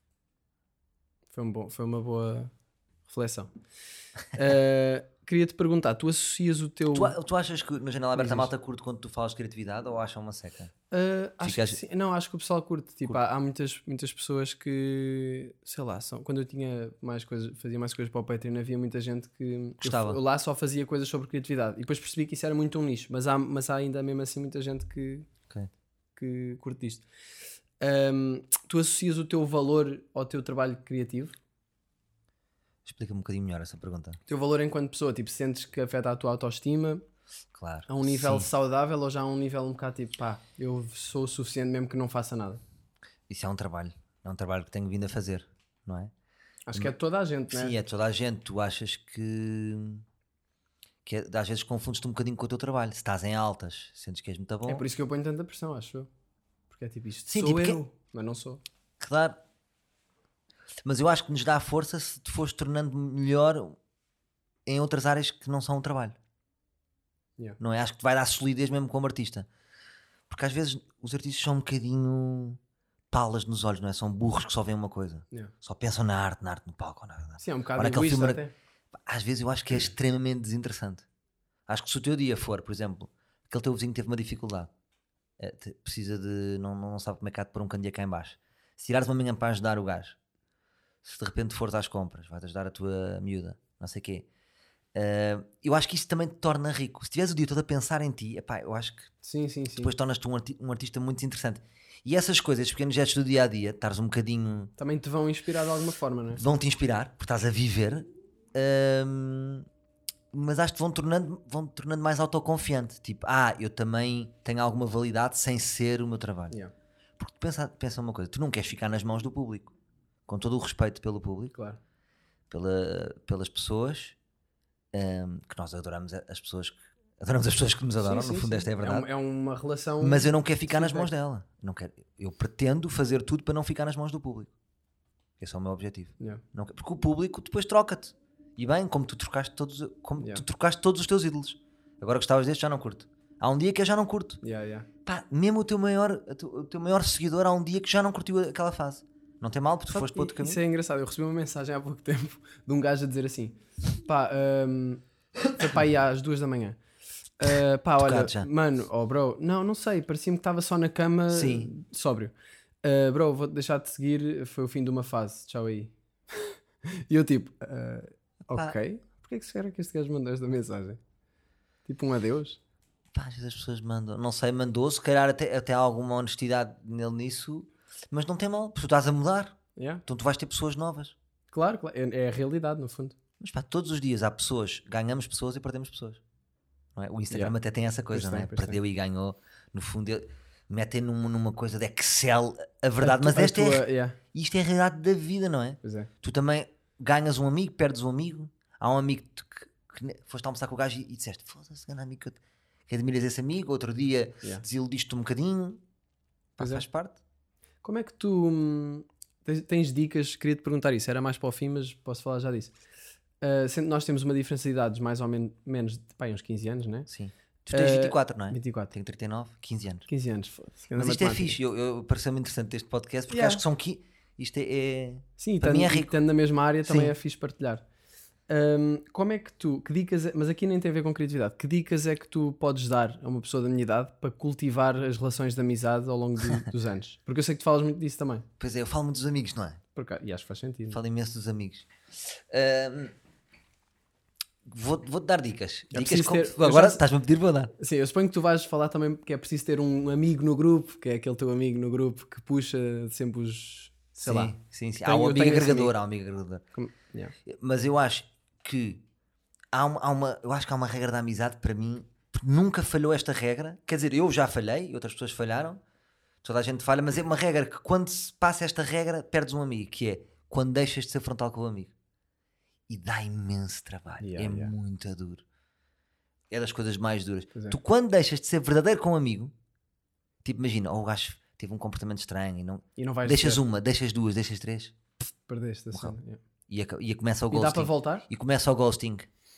Foi, um bom, foi uma boa reflexão. uh, queria-te perguntar, tu associas o teu... Tu, tu achas que na Janela Aberta a malta curte quando tu falas de criatividade ou acham uma seca? Uh, acho que sim. Não, acho que o pessoal curte. Tipo, curte. Há, há muitas, muitas pessoas que, sei lá, são, quando eu tinha mais coisas, fazia mais coisas para o Patreon, havia muita gente que gostava. Eu, eu lá só fazia coisas sobre criatividade. E depois percebi que isso era muito um nicho, mas há, mas há ainda mesmo assim muita gente que, okay. que curte isto. Um, tu associas o teu valor ao teu trabalho criativo? Explica-me um bocadinho melhor essa pergunta. O teu valor enquanto pessoa, tipo, sentes que afeta a tua autoestima? Claro. A um nível sim. saudável ou já a um nível um bocado tipo, pá, eu sou o suficiente mesmo que não faça nada? Isso é um trabalho. É um trabalho que tenho vindo a fazer, não é? Acho que é toda a gente, não é? Sim, é toda a gente. Tu achas que... que é, às vezes confundes-te um bocadinho com o teu trabalho. Se estás em altas, sentes que és muito bom. É por isso que eu ponho tanta pressão, acho eu. Porque é tipo isto, sim, sou tipo eu, que... mas não sou. Claro. Mas eu acho que nos dá força se te fores tornando melhor em outras áreas que não são o trabalho. Yeah. Não é? Acho que te vai dar solidez mesmo como artista. Porque às vezes os artistas são um bocadinho palas nos olhos, não é? São burros que só veem uma coisa. Yeah. Só pensam na arte, na arte no palco. Na, na... Sim, é um bocado Ora, egoísta filme... até. Às vezes eu acho que é extremamente desinteressante. Acho que se o teu dia for, por exemplo, aquele teu vizinho teve uma dificuldade, é, te, precisa de... Não, não sabe como é que há de pôr um candeeiro cá em baixo. Se tirares uma manhã para ajudar o gajo, se de repente fores às compras, vais ajudar a tua miúda, não sei o quê, Uh, eu acho que isso também te torna rico. Se tiveres o dia todo a pensar em ti, epá, eu acho que sim, sim, sim. depois tornas-te um, arti- um artista muito interessante. E essas coisas, esses pequenos gestos do dia a dia, estares um bocadinho. Também te vão inspirar de alguma forma, não é? Vão-te inspirar, porque estás a viver, um, mas acho que vão tornando, vão tornando mais autoconfiante. Tipo, ah, eu também tenho alguma validade sem ser o meu trabalho. Yeah. Porque tu pensa, pensa uma coisa, tu não queres ficar nas mãos do público, com todo o respeito pelo público, Claro. pela, pelas pessoas, um, que nós adoramos as pessoas que adoramos as pessoas que nos adoram, sim, no sim, fundo sim. Esta é a verdade. É, um, é uma relação. Mas eu não quero ficar nas mãos dela. Não quero, eu pretendo fazer tudo para não ficar nas mãos do público. Esse é o meu objetivo. Yeah. Não, porque o público depois troca-te. E bem, como tu trocaste todos, como yeah. tu trocaste todos os teus ídolos. Agora gostavas deste, já não curto. Há um dia que eu já não curto. Yeah, yeah. Pá, mesmo o teu, maior, o teu maior seguidor, há um dia que já não curtiu aquela fase. Não tem mal, porque tu foste para outro caminho. Isso é engraçado. Eu recebi uma mensagem há pouco tempo de um gajo a dizer assim: pá, um, foi para aí às duas da manhã. Uh, pá, olha, já. mano, oh bro, não, não sei, parecia-me que estava só na cama, sim. Sóbrio. Uh, bro, vou deixar de seguir, foi o fim de uma fase, tchau aí. E eu tipo, uh, ok, porquê que será que este gajo mandou esta mensagem? Tipo um adeus? Pá, as pessoas mandam, não sei, mandou, se calhar até, até há alguma honestidade nele nisso, mas não tem mal, porque tu estás a mudar, yeah. Então tu vais ter pessoas novas. Claro, claro, é, é a realidade no fundo. Mas pá, todos os dias há pessoas, ganhamos pessoas e perdemos pessoas. Não é? O Instagram yeah. até tem essa coisa, não é? Tem, Perdeu tem. E ganhou, no fundo, metem num, numa coisa de Excel a verdade, a mas tu, esta a tua, é, yeah. isto é a realidade da vida, não é? Pois é? Tu também ganhas um amigo, perdes um amigo, há um amigo que, que, que foste almoçar com o gajo e, e disseste, foda-se, grande amigo, que, que admiras esse amigo, outro dia yeah. desiludiste-te um bocadinho, pá, faz é. parte. Como é que tu hum, tens, tens dicas? Queria-te perguntar isso, era mais para o fim, mas posso falar já disso. Uh, sendo nós temos uma diferença de idades mais ou men- menos de pá, uns quinze anos, não é? Sim. Tu tens vinte e quatro, não é? vinte e quatro. Tenho trinta e nove, quinze anos. quinze anos, foda-se. Mas isto é fixe, eu, eu pareceu-me interessante este podcast porque yeah. acho que são qui- isto é, é sim, para tando, mim é rico. Estando na mesma área também sim. é fixe partilhar. Um, como é que tu, que dicas, é, mas aqui nem tem a ver com criatividade, que dicas é que tu podes dar a uma pessoa da minha idade para cultivar as relações de amizade ao longo de, dos anos? Porque eu sei que tu falas muito disso também. Pois é, eu falo muito dos amigos, não é? Porque, e acho que faz sentido. Falo imenso dos amigos. Um, Vou-te vou dar dicas. É dicas ter, como... Agora já... estás-me a pedir, vou dar. Sim, eu suponho que tu vais falar também que é preciso ter um amigo no grupo, que é aquele teu amigo no grupo que puxa sempre os. Sei sim, lá. sim, sim. Há um amigo agregador, há um amigo agregador. Como... Yeah. Mas eu acho que há uma, há uma, eu acho que há uma regra da amizade para mim, nunca falhou esta regra. Quer dizer, eu já falhei, outras pessoas falharam, toda a gente falha, mas é uma regra que quando se passa esta regra, perdes um amigo, que é quando deixas de ser frontal com o amigo. E dá imenso trabalho, yeah, é yeah. muito duro, é das coisas mais duras. É. Tu quando deixas de ser verdadeiro com um amigo, tipo imagina, oh, o gajo teve um comportamento estranho e não, e não vais deixas ter. uma, deixas duas, deixas três, perdeste assim, yeah. e, a, e a começa o e ghosting. Dá para voltar? E começa o ghosting.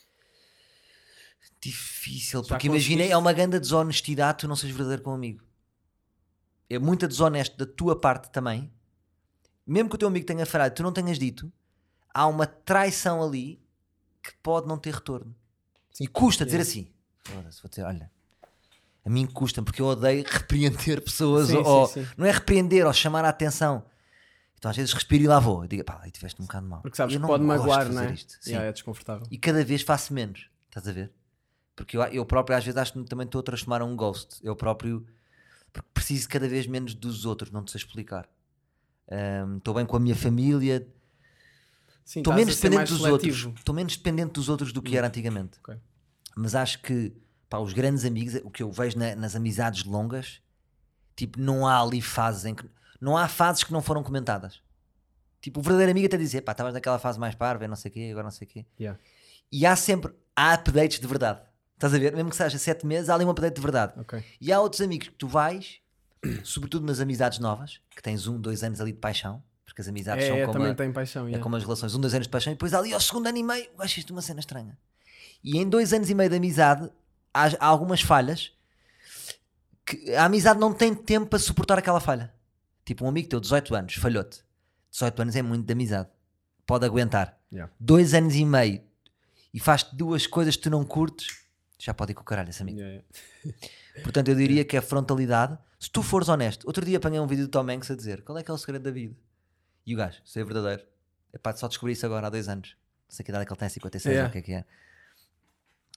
Difícil, já porque imagina, é uma grande desonestidade tu não seres verdadeiro com um amigo, é muito desonesto da tua parte também, mesmo que o teu amigo tenha falhado, tu não tenhas dito. Há uma traição ali que pode não ter retorno. Sim, e custa é. dizer assim. Vou dizer, olha, a mim custa porque eu odeio repreender pessoas. Sim, ou, sim, sim. Não é repreender ou chamar a atenção. Então às vezes respiro e lá vou. Eu digo, pá, aí tiveste um bocado mal. Porque sabes eu que pode magoar, não é? Isto. Yeah, é desconfortável. E cada vez faço menos. Estás a ver? Porque eu, eu próprio às vezes acho que também estou a transformar um ghost. Eu próprio, porque preciso cada vez menos dos outros, não te sei explicar. Um, estou bem com a minha família. Estou menos dependente dos seletivo. outros. Estou menos dependente dos outros do que hum. era antigamente. Okay. Mas acho que pá, os grandes amigos, o que eu vejo na, nas amizades longas, tipo, não há ali fases em que não há fases que não foram comentadas. Tipo, o verdadeiro amigo até dizer, pá, estavas naquela fase mais parva, não sei o quê, agora não sei o quê. Yeah. E há sempre, há updates de verdade. Estás a ver? Mesmo que seja sete meses, há ali um update de verdade. Okay. E há outros amigos que tu vais, sobretudo nas amizades novas, que tens um, dois anos ali de paixão. Porque as amizades é, são é, como, também a, tem paixão, é yeah. como as relações, um, dois anos de paixão, e depois ali ao segundo ano e meio, eu acho isto uma cena estranha. E em dois anos e meio de amizade, há, há algumas falhas que a amizade não tem tempo para suportar aquela falha. Tipo, um amigo teu, dezoito anos, falhou-te. dezoito anos é muito de amizade. Pode aguentar. Yeah. Dois anos e meio e faz-te duas coisas que tu não curtes, já pode ir com o caralho esse amigo. Yeah, yeah. Portanto, eu diria que é frontalidade. Se tu fores honesto, outro dia apanhei um vídeo do Tom Hanks a dizer qual é que é o segredo da vida? E o gajo, ser verdadeiro. Epá, só descobri isso agora há dois anos. Não sei que idade é que ele tem, cinquenta e seis, yeah. ou o que é que é.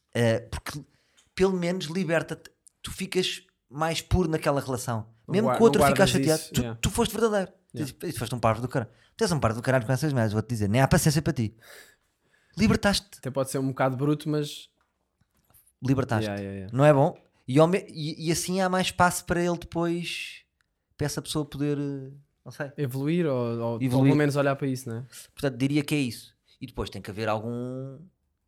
Uh, porque pelo menos liberta-te. Tu ficas mais puro naquela relação. Não Mesmo guar- que o outro não fica guardas chateado, isso, tu, yeah. tu foste verdadeiro. Yeah. Tu, tu foste um parvo do caralho. Tu és um parvo do caralho com essas merdas, vou-te dizer. Nem há paciência para ti. Libertaste. Até pode ser um bocado bruto, mas. Libertaste. Yeah, yeah, yeah. Não é bom? E, ao me- e- e assim há mais espaço para ele depois, para essa pessoa poder, eh, não sei. Evoluir ou, ou, ou Evoluir. pelo menos olhar para isso, não é? Portanto, diria que é isso. E depois tem que haver algum.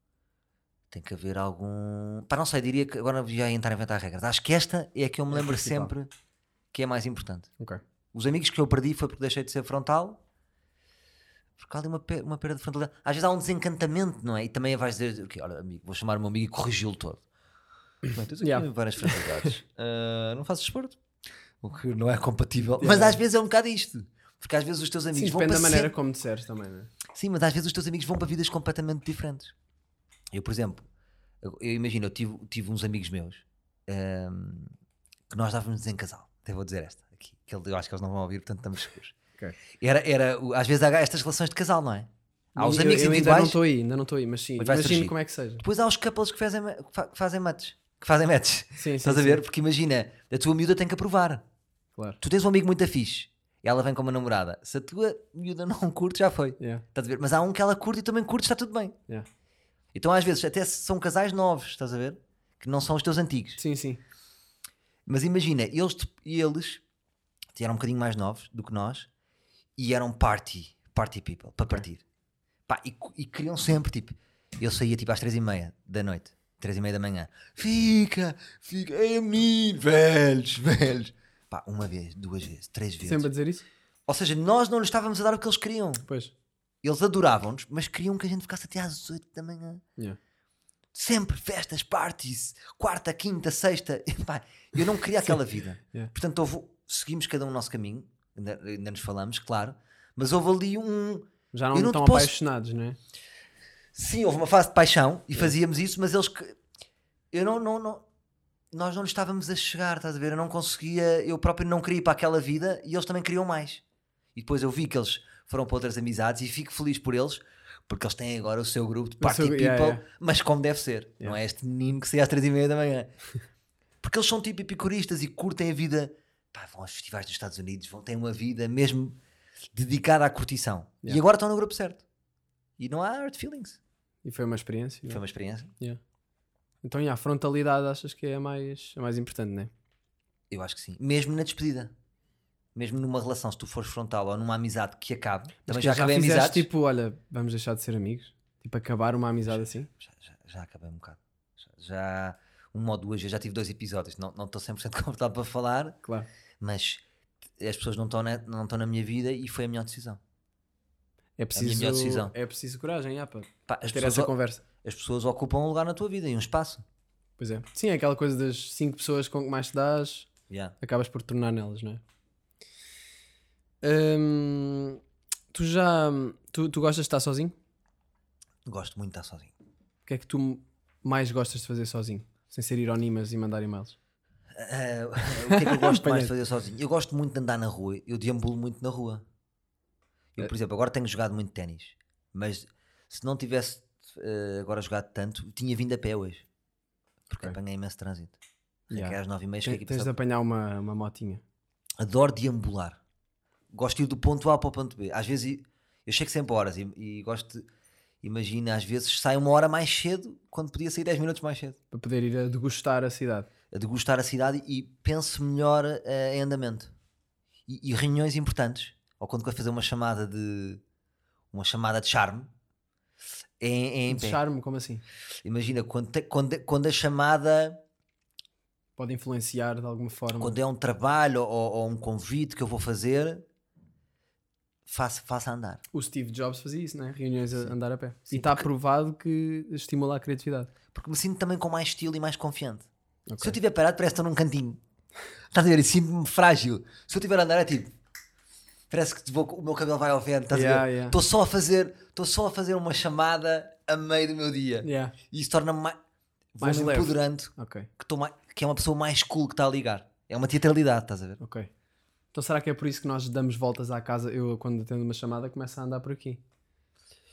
Tem que haver algum. Pá, não sei, diria que agora já ia entrar a inventar regras. Acho que esta é a que eu me É lembro principal. sempre que é mais importante. Ok. Os amigos que eu perdi foi porque deixei de ser frontal. Porque há ali uma, pe- uma perda de frontalidade. Às vezes há um desencantamento, não é? E também vais dizer, okay, olha, amigo, vou chamar o meu amigo e corrigi-lo todo. Bem, tens aqui Yeah. várias frontalidades. Ah, não faças desporto. O que não é compatível. Yeah. Mas às vezes é um bocado isto. Porque às vezes os teus Sim, amigos vão depende para da maneira sempre- como disseres também, não é? Sim, mas às vezes os teus amigos vão para vidas completamente diferentes. Eu, por exemplo, eu, eu imagino, eu tive, tive uns amigos meus ahm, que nós dávamos em casal. Até vou dizer esta aqui, que eu acho que eles não vão ouvir, portanto estamos seguros. Ok. Era, era, o- às vezes há estas relações de casal, não é? Há os Eu- amigos eu, ainda não individuais, estou aí, ainda não estou aí, mas sim, Mas vai imagino surgir. como é que seja. depois há os couples que fazem, ma- que fa- que fazem matches. Que fazem matches. Sim, sim, Estás a sim, ver? Porque imagina, a tua miúda tem que aprovar. Claro. Tu tens um amigo muito fixe e ela vem com uma namorada. Se a tua miúda não curte, já foi. Yeah, Estás a ver? Mas há um que ela curte e também curte, está tudo bem. yeah. Então às vezes até são casais novos, estás a ver? Que não são os teus antigos. Sim, sim. Mas imagina, eles, eles eram um bocadinho mais novos do que nós e eram party, party people, para partir. Pá, e, e queriam sempre, tipo, eu saía tipo às três e meia da noite, três e meia da manhã. Fica, fica, é menino, velhos, velhos. Pá, uma vez, duas vezes, três vezes. Sempre a dizer isso? Ou seja, nós não lhes estávamos a dar o que eles queriam. Pois. Eles adoravam-nos, mas queriam que a gente ficasse até às oito da manhã. Yeah. Sempre festas, parties, quarta, quinta, sexta. E, pá, eu não queria aquela vida. Yeah. Portanto, houve, seguimos cada um o nosso caminho, ainda, ainda nos falamos, claro, mas houve ali um. Já não, Eu não te estão posso- apaixonados, não é? Sim, houve uma fase de paixão e fazíamos isso, mas eles. que- Eu não. não, não nós não lhes estávamos a chegar, estás a ver? Eu não conseguia, eu próprio não queria ir para aquela vida e eles também queriam mais. E depois eu vi que eles foram para outras amizades e fico feliz por eles, porque eles têm agora o seu grupo de party seu- people, yeah, yeah. mas como deve ser. Não Yeah. é este menino que sai às três e meia da manhã. Porque eles são tipo epicuristas e curtem a vida. Pá, vão aos festivais dos Estados Unidos, vão ter uma vida mesmo dedicada à curtição. Yeah. E agora estão no grupo certo. E não há hard feelings. E foi uma experiência. Foi uma experiência. Yeah. Então, yeah, a frontalidade achas que é a mais, a mais importante, não é? Eu acho que sim. Mesmo na despedida. Mesmo numa relação, se tu fores frontal ou numa amizade que acabe, Mas também que já acabei fizeste amizades. tipo, olha, vamos deixar de ser amigos? Tipo, acabar uma amizade assim? Já, já, já acabei um bocado. Já, já uma ou duas, eu já tive dois episódios. Não não estou cem por cento confortável para falar, Claro. mas as pessoas não estão na, não estão na minha vida e foi a melhor decisão. É preciso, melhor decisão. é preciso coragem, yeah, para Pá, as, ter pessoas, essa o- conversa. as pessoas ocupam um lugar na tua vida e um espaço. Pois é. Sim, é aquela coisa das cinco pessoas com que mais te dás, Yeah. acabas por tornar nelas, não é? Hum, tu já. Tu, tu gostas de estar sozinho? Gosto muito de estar sozinho. O que é que tu mais gostas de fazer sozinho? Sem ser ir ao Nimas e mandar e-mails? Ah, o que é que eu gosto mais Apanhei. de fazer sozinho? Eu gosto muito de andar na rua. Eu deambulo muito na rua. Eu, por exemplo, agora tenho jogado muito ténis, mas se não tivesse eh, agora jogado tanto, tinha vindo a pé hoje. Porque Ok. apanhei imenso trânsito. Yeah. Yeah. Às nove e meia Tens, cheguei aqui tens de para apanhar uma, uma motinha. Adoro deambular. Gosto de ir do ponto A para o ponto B. Às vezes eu chego sempre a horas e, e gosto de, imagina, às vezes saio uma hora mais cedo quando podia sair dez minutos mais cedo. Para poder ir a degustar a cidade. A degustar a cidade e penso melhor eh, em andamento. E, e reuniões importantes, ou quando quero fazer uma chamada de uma chamada de charme, é, em- é em De pé. charme, como assim? Imagina, quando, te- quando, quando a chamada, Pode influenciar de alguma forma. quando é um trabalho ou, ou um convite que eu vou fazer, faça, faça andar. O Steve Jobs fazia isso, né? Reuniões a andar a pé. E está provado que estimula a criatividade. Porque me sinto também com mais estilo e mais confiante. Ok. Se eu estiver parado, parece que estou num cantinho. Estás a ver? E sinto-me frágil. Se eu estiver a andar, é tipo. Parece que vou- o meu cabelo vai ao vento. Estás Yeah, a ver? yeah. Estou só a fazer, estou só a fazer uma chamada a meio do meu dia. Yeah. E isso torna-me mais. Mais Vou-me leve. empoderando Ok, que, estou mais, que é uma pessoa mais cool que está a ligar. É uma teatralidade, estás a ver? ok. Então será que é por isso que nós damos voltas à casa? Eu, quando atendo uma chamada, começo a andar por aqui.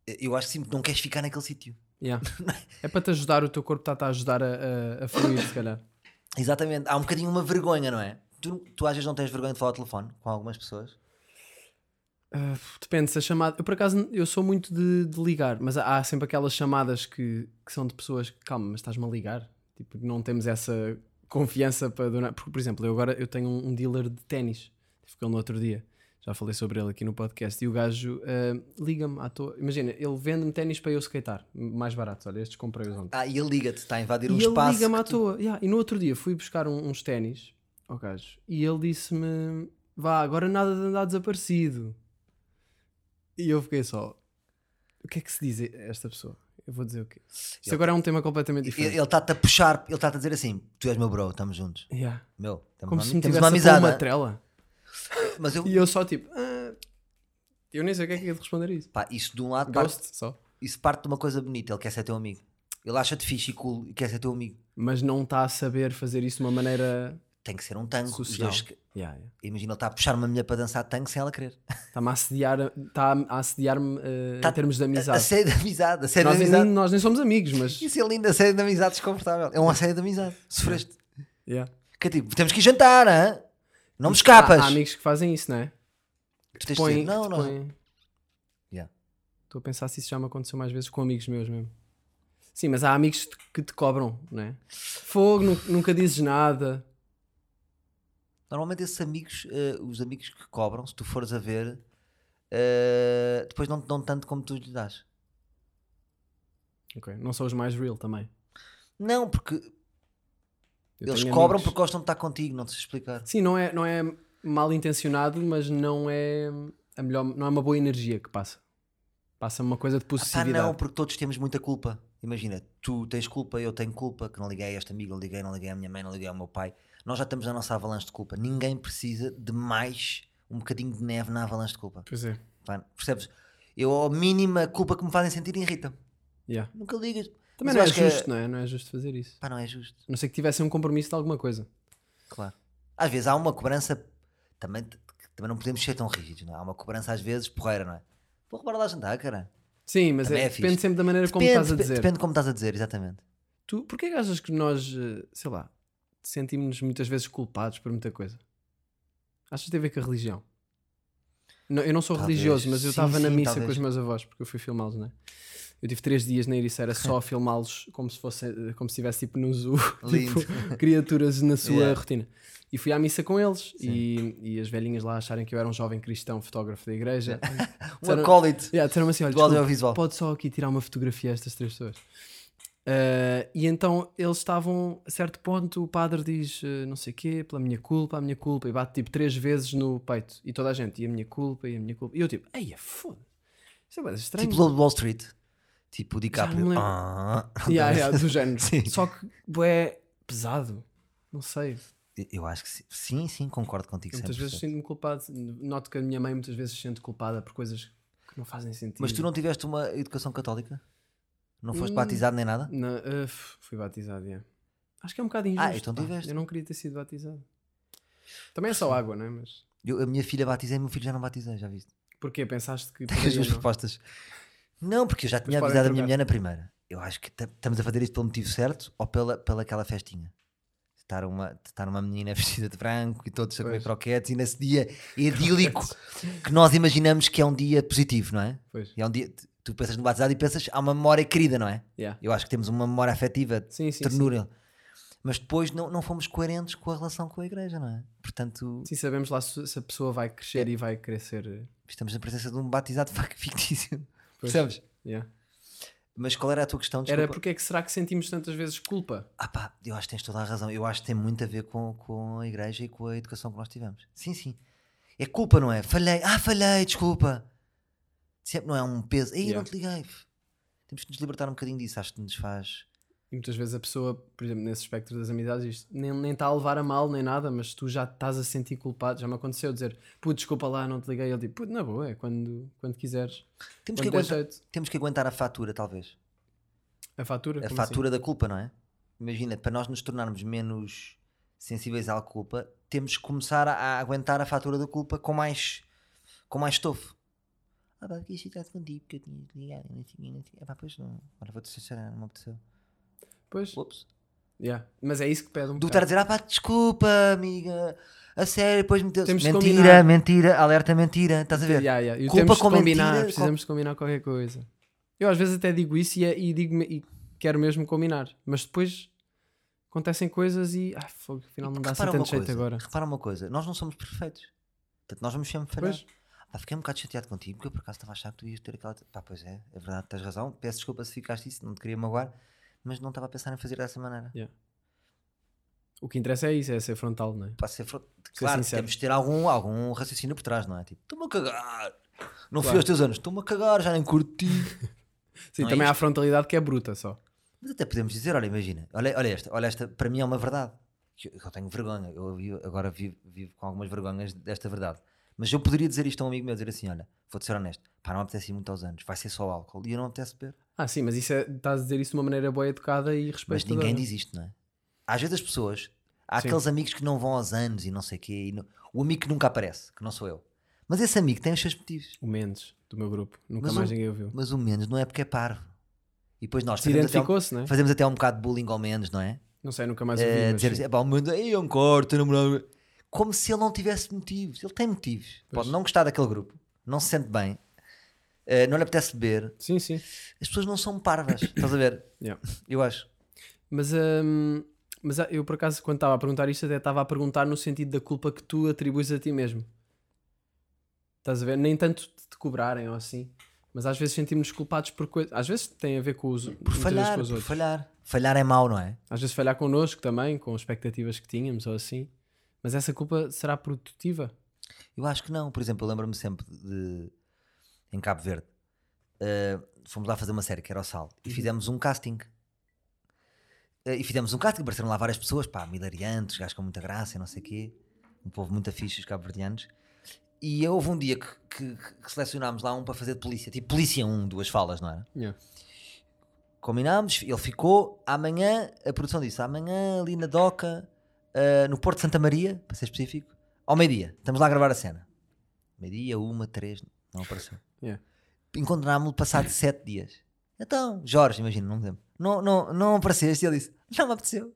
eu acho que sim, não queres ficar naquele sítio. Yeah. É para te ajudar, o teu corpo está-te a ajudar a, a, a fluir, se calhar. Exatamente, há um bocadinho uma vergonha, não é? Tu, tu às vezes não tens vergonha de falar ao telefone com algumas pessoas? Uh, depende se a chamada. Eu por acaso eu sou muito de, de ligar, mas há, há sempre aquelas chamadas que, que são de pessoas que, calma, mas estás-me a ligar? Tipo, não temos essa confiança para donar. Porque, por exemplo, eu agora eu tenho um, um dealer de ténis, tive com ele no outro dia, já falei sobre ele aqui no podcast, e o gajo uh, liga-me à toa. Imagina, ele vende-me ténis para eu skatear, mais baratos. Olha, estes comprei-os ontem. Ah, e ele liga-te, está a invadir e um ele espaço. liga-me à tu... toa. Yeah. E no outro dia fui buscar um, uns ténis ao gajo e ele disse-me: vá, agora nada de andar desaparecido. E eu fiquei só, o que é que se diz a esta pessoa? Eu vou dizer o quê? Isto ele, agora é um tema completamente diferente. Ele está-te a puxar, ele está-te a dizer assim: tu és meu bro, estamos juntos. Yeah. Meu, temos como uma, se me temos tivesse uma amizade. Uma trela. Mas eu... E eu só tipo, ah, eu nem sei o que é que é de responder a isso. Pá, isso de um lado Ghost, parte, só. Isso parte de uma coisa bonita, ele quer ser teu amigo. Ele acha-te fixe e cool e quer ser teu amigo. Mas não está a saber fazer isso de uma maneira... Tem que ser um tango. Os dois... yeah, yeah. Imagina, ele está a puxar uma mulher para dançar tango sem ela querer. Está-me a assediar, está a assediar-me uh, tá em termos de amizade. A, a série de amizade. A série nós, de amizade. Nem, nós nem somos amigos, mas... Isso é lindo, a série de amizade desconfortável. É uma série de amizade. Sofreste. Yeah. Que é tipo, temos que ir jantar, hein? Não me escapas. Há, há amigos que fazem isso, não é? Tu tens põe, de dizer, não, não. Põe... Yeah. Estou a pensar se isso já me aconteceu mais vezes com amigos meus mesmo. Sim, mas há amigos que te cobram, não é? Fogo, nunca dizes nada. Normalmente esses amigos, uh, os amigos que cobram, se tu fores a ver, uh, depois não te dão tanto como tu lhes dás. Ok, não são os mais real também. Não, porque eu eles cobram amigos. Porque gostam de estar contigo, não te sei explicar. Sim, não é, não é mal intencionado, mas não é a melhor, não é uma boa energia que passa. Passa uma coisa de possessividade. Ah, não, porque todos temos muita culpa. Imagina, tu tens culpa, eu tenho culpa, que não liguei a este amigo, não liguei, não liguei à minha mãe, não liguei ao meu pai. Nós já estamos na nossa avalanche de culpa. Ninguém precisa de mais um bocadinho de neve na avalanche de culpa. Pois é. Vai, percebes? Eu, a mínima culpa que me fazem sentir, irrita. Yeah. Nunca ligas. Também não é justo, é... não é? Não é justo fazer isso. Pá, não é justo. A não ser que tivessem um compromisso de alguma coisa. Claro. Às vezes há uma cobrança, também, também não podemos ser tão rígidos, não é? Há uma cobrança às vezes porreira, não é? Vou roubar lá a jantar, cara. Sim, mas é, é depende sempre da maneira depende, como estás a dizer. Depende de como estás a dizer, exatamente. Tu, porquê que achas que nós, sei lá, sentimos-nos muitas vezes culpados por muita coisa? Achas que tem a ver com a religião? Não, eu não sou talvez. religioso, mas eu estava na missa talvez. com os meus avós, porque eu fui filmá-los, não é? Eu tive três dias na Ericeira só a filmá-los como se fosse, como se estivesse tipo no zoo, tipo, criaturas na sua yeah. rotina. E fui à missa com eles e, e as velhinhas lá acharem que eu era um jovem cristão fotógrafo da igreja. um acólito. Yeah, disseram assim, olha, desculpa, pode só aqui tirar uma fotografia a estas três pessoas. Uh, e então eles estavam, a certo ponto o padre diz uh, não sei o quê, pela minha culpa, a minha culpa, e bate tipo três vezes no peito. E toda a gente, e a minha culpa, e a minha culpa. E eu tipo, ei, foda-se. Isso é bem estranho. Tipo Wall Street. Tipo o DiCaprio. Ah. Yeah, yeah, do género. Sim. Só que é pesado. Não sei. Eu acho que sim, sim, sim concordo contigo. Muitas vezes sinto-me culpado. Noto que a minha mãe muitas vezes se sente culpada por coisas que não fazem sentido. Mas tu não tiveste uma educação católica? Não foste hum, batizado nem nada? Não, uh, fui batizado, yeah. Acho que é um bocado injusto. Ah, então tiveste. Eu não queria ter sido batizado. Também é só água, não é? Mas... Eu, a minha filha batizei, meu filho já não batizei, já viste? Porquê? Pensaste que... As duas propostas. Não, porque eu já tinha avisado a minha mulher na primeira. Eu acho que estamos a fazer isto pelo motivo certo ou pela, pela aquela festinha. Estar uma, estar uma menina vestida de branco e todos a comer croquetes e nesse dia idílico que nós imaginamos que é um dia positivo, não é? Pois. E é um dia, tu pensas no batizado e pensas, há uma memória querida, não é? Yeah. Eu acho que temos uma memória afetiva, sim, sim, ternura. Sim. Mas depois não, não fomos coerentes com a relação com a igreja, não é? Portanto... Sim, sabemos lá se, se a pessoa vai crescer é. e vai crescer. Estamos na presença de um batizado fictício. Percebes? Yeah. Mas qual era a tua questão? Desculpa. Era porque é que será que sentimos tantas vezes culpa? Ah pá, eu acho que tens toda a razão. Eu acho que tem muito a ver com, com a igreja e com a educação que nós tivemos. Sim, sim. É culpa, não é? Falhei. Ah, falhei, desculpa. Sempre não é um peso. Aí yeah. não te liguei. Temos que nos libertar um bocadinho disso. Acho que nos faz... E muitas vezes a pessoa, por exemplo, nesse espectro das amizades, isto, nem, nem está a levar a mal nem nada, mas tu já estás a sentir culpado. Já me aconteceu dizer, puto, desculpa lá, não te liguei. Ele tipo, puto, na boa, é quando, quando quiseres. Temos, quando que aguentar, temos que aguentar a fatura, talvez. A fatura? A Como fatura assim? da culpa, não é? Imagina, para nós nos tornarmos menos sensíveis à culpa, temos que começar a, a aguentar a fatura da culpa com mais, com mais estofo. Ah, pá, fiquei chateado contigo porque eu tinha ligado. Não sei, não sei. Ah, pá, pois não. Agora vou-te sincero, não me apeteceu. Pois. Ups. Yeah. Mas é isso que pede um Do estar a dizer, ah pá, desculpa, amiga. A sério, depois meteu Temos de mentira, combinar. mentira, alerta mentira. Estás a ver? Yeah, yeah. E Culpa temos de com combinar, mentira, precisamos de combinar qualquer coisa. Eu às vezes até digo isso e, é, e, digo, e quero mesmo combinar. Mas depois acontecem coisas e ah, fogo, afinal não dá assim tanto jeito agora. Repara uma coisa, nós não somos perfeitos. Portanto, nós vamos sempre falhar. Pá, fiquei um bocado chateado contigo porque eu por acaso estava a achar que tu ias ter aquela. Pá, pois é, é verdade, tens razão. Peço desculpa se ficaste isso, não te queria magoar, mas não estava a pensar em fazer dessa maneira. Yeah. O que interessa é isso, é ser frontal, não é? Para ser frontal. Claro, sincero. Temos de ter algum, algum raciocínio por trás, não é? Tipo, estou-me a cagar. Não claro. Fui aos teus anos, estou-me a cagar, já nem curti. Sim, não também é há a frontalidade que é bruta só. Mas até podemos dizer, olha, imagina, olha, olha esta, olha esta, para mim é uma verdade. Eu, eu tenho vergonha, eu, eu agora vivo, vivo com algumas vergonhas desta verdade. Mas eu poderia dizer isto a um amigo meu, dizer assim, olha, vou-te ser honesto, pá, não me apetece ir muito aos anos, vai ser só álcool e eu não me apetece beber. Ah sim, mas isso é, estás a dizer isso de uma maneira boa, educada e respeitosa. Mas ninguém diz isto, não é? Às vezes as pessoas, há sim. aqueles amigos que não vão aos anos e não sei o quê, e não, o amigo que nunca aparece, que não sou eu. Mas esse amigo tem os seus motivos. O Mendes, do meu grupo, nunca mas mais o, ninguém ouviu. Mas o Mendes não é porque é parvo. E depois nós fazemos até, um, não é? fazemos até um bocado de bullying ao Mendes, não é? Não sei, nunca mais ouvi. É, mas dizer assim, pá, o Mendes, ei, é um corte, namorado. Como se ele não tivesse motivos. Ele tem motivos. Pois. Pode não gostar daquele grupo, não se sente bem, uh, não lhe apetece beber. Sim, sim. As pessoas não são parvas, estás a ver? Yeah. Eu acho. Mas, hum, mas eu, por acaso, quando estava a perguntar isto, até estava a perguntar no sentido da culpa que tu atribuis a ti mesmo. Estás a ver? Nem tanto de te cobrarem ou assim. Mas às vezes sentimos-nos culpados por coisas. Às vezes tem a ver com os Por falhar, com os por outros. falhar. Falhar é mau, não é? Às vezes falhar connosco também, com expectativas que tínhamos ou assim. Mas essa culpa será produtiva? Eu acho que não. Por exemplo, eu lembro-me sempre de... Em Cabo Verde. Uh, fomos lá fazer uma série que era o Sal. E fizemos um casting. Uh, e fizemos um casting. Apareceram lá várias pessoas. Pá, milariantes, gajos com muita graça e não sei o quê. Um povo muito fixe, os cabo-verdianos. E houve um dia que, que, que selecionámos lá um para fazer de polícia. Tipo, polícia um, duas falas, não era? Yeah. Combinámos, ele ficou. Amanhã, a produção disse, amanhã ali na Doca, uh, no Porto de Santa Maria, para ser específico, ao meio-dia. Estamos lá a gravar a cena. Meio-dia, uma, três, não apareceu. Yeah. Encontrámos-lo passado sete dias. Então, Jorge, imagina, não me lembro. Não, não, não apareceste? E ele disse, não me apeteceu.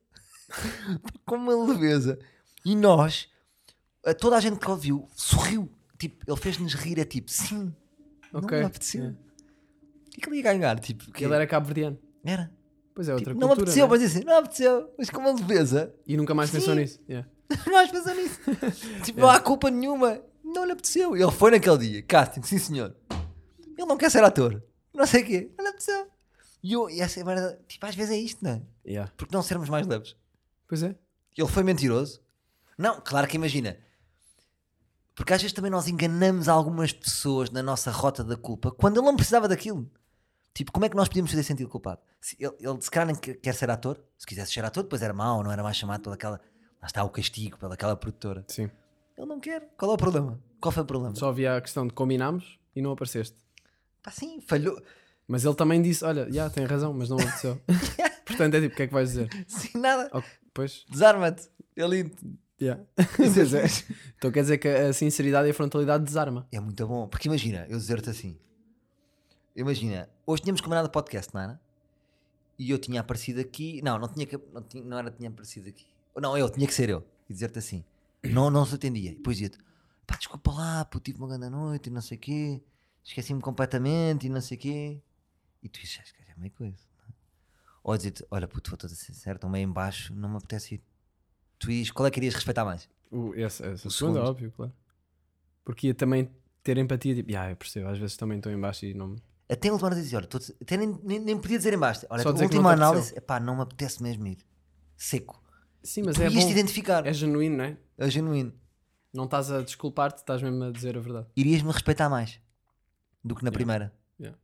Com uma leveza. E nós, toda a gente que o viu, sorriu. Tipo, ele fez-nos rir, é tipo, sim, não okay. me apeteceu. Yeah. O que é que ele ia ganhar? Tipo, que... Ele era cabo-verdiano. Era. Pois é, outra tipo, cultura. Não me apeteceu, né? mas disse, não me apeteceu, mas com uma leveza. E nunca mais sim. pensou nisso. Yeah. Não mais pensou nisso. Tipo, yeah. Não há culpa nenhuma. Não lhe apeteceu. Ele foi naquele dia, casting, sim senhor. Ele não quer ser ator. Não sei o quê. Não lhe apeteceu. E, eu, e essa merda, tipo, às vezes é isto, não é? Yeah. Porque não sermos mais leves. Pois é. Ele foi mentiroso. Não, claro que imagina. Porque às vezes também nós enganamos algumas pessoas na nossa rota da culpa quando ele não precisava daquilo. Tipo, como é que nós podíamos fazer sentido culpado? Se ele, ele se calhar nem quer ser ator. Se quisesse ser ator, depois era mau, não era mais chamado pela aquela... Lá está o castigo, pelaquela produtora. Sim. Ele não quer. Qual é o problema? Qual foi o problema? Só havia a questão de combinámos e não apareceste. Pá, sim, falhou. Mas ele também disse, olha, já yeah, tem razão, mas não aconteceu. Portanto é tipo, o que é que vais dizer? Sim, nada. Oh, pois. Desarma-te. É lindo. Yeah. Então quer dizer que a sinceridade e a frontalidade desarma. É muito bom, porque imagina, eu dizer-te assim, imagina, hoje tínhamos combinado o podcast, não era? E eu tinha aparecido aqui, não, não tinha que, não, tinha, não era tinha aparecido aqui, não, eu, tinha que ser eu, e dizer-te assim, não, não se atendia, e depois dizia-te, pá, desculpa lá, pô, tive uma grande noite e não sei o quê, esqueci-me completamente e não sei o quê, e tu dizes, é meio coisa, não é? Ou dizer-te, olha, puto, vou-te ser sincero, estou meio em baixo, não me apetece ir. Tu ias, qual é que querias respeitar mais? Uh, essa essa segunda, óbvio, claro. Porque ia também ter empatia, tipo, ah, eu percebo, às vezes também estou em baixo e não... Até a última hora dizer, olha, tô, até nem, nem, nem podia dizer em baixo, olha, só a última análise, epá, não me apetece mesmo ir. Seco. Sim, mas tu é ias bom. te identificar. É genuíno, não é? É genuíno. Não estás a desculpar-te, estás mesmo a dizer a verdade. Irias-me respeitar mais do que na yeah. primeira. Yeah.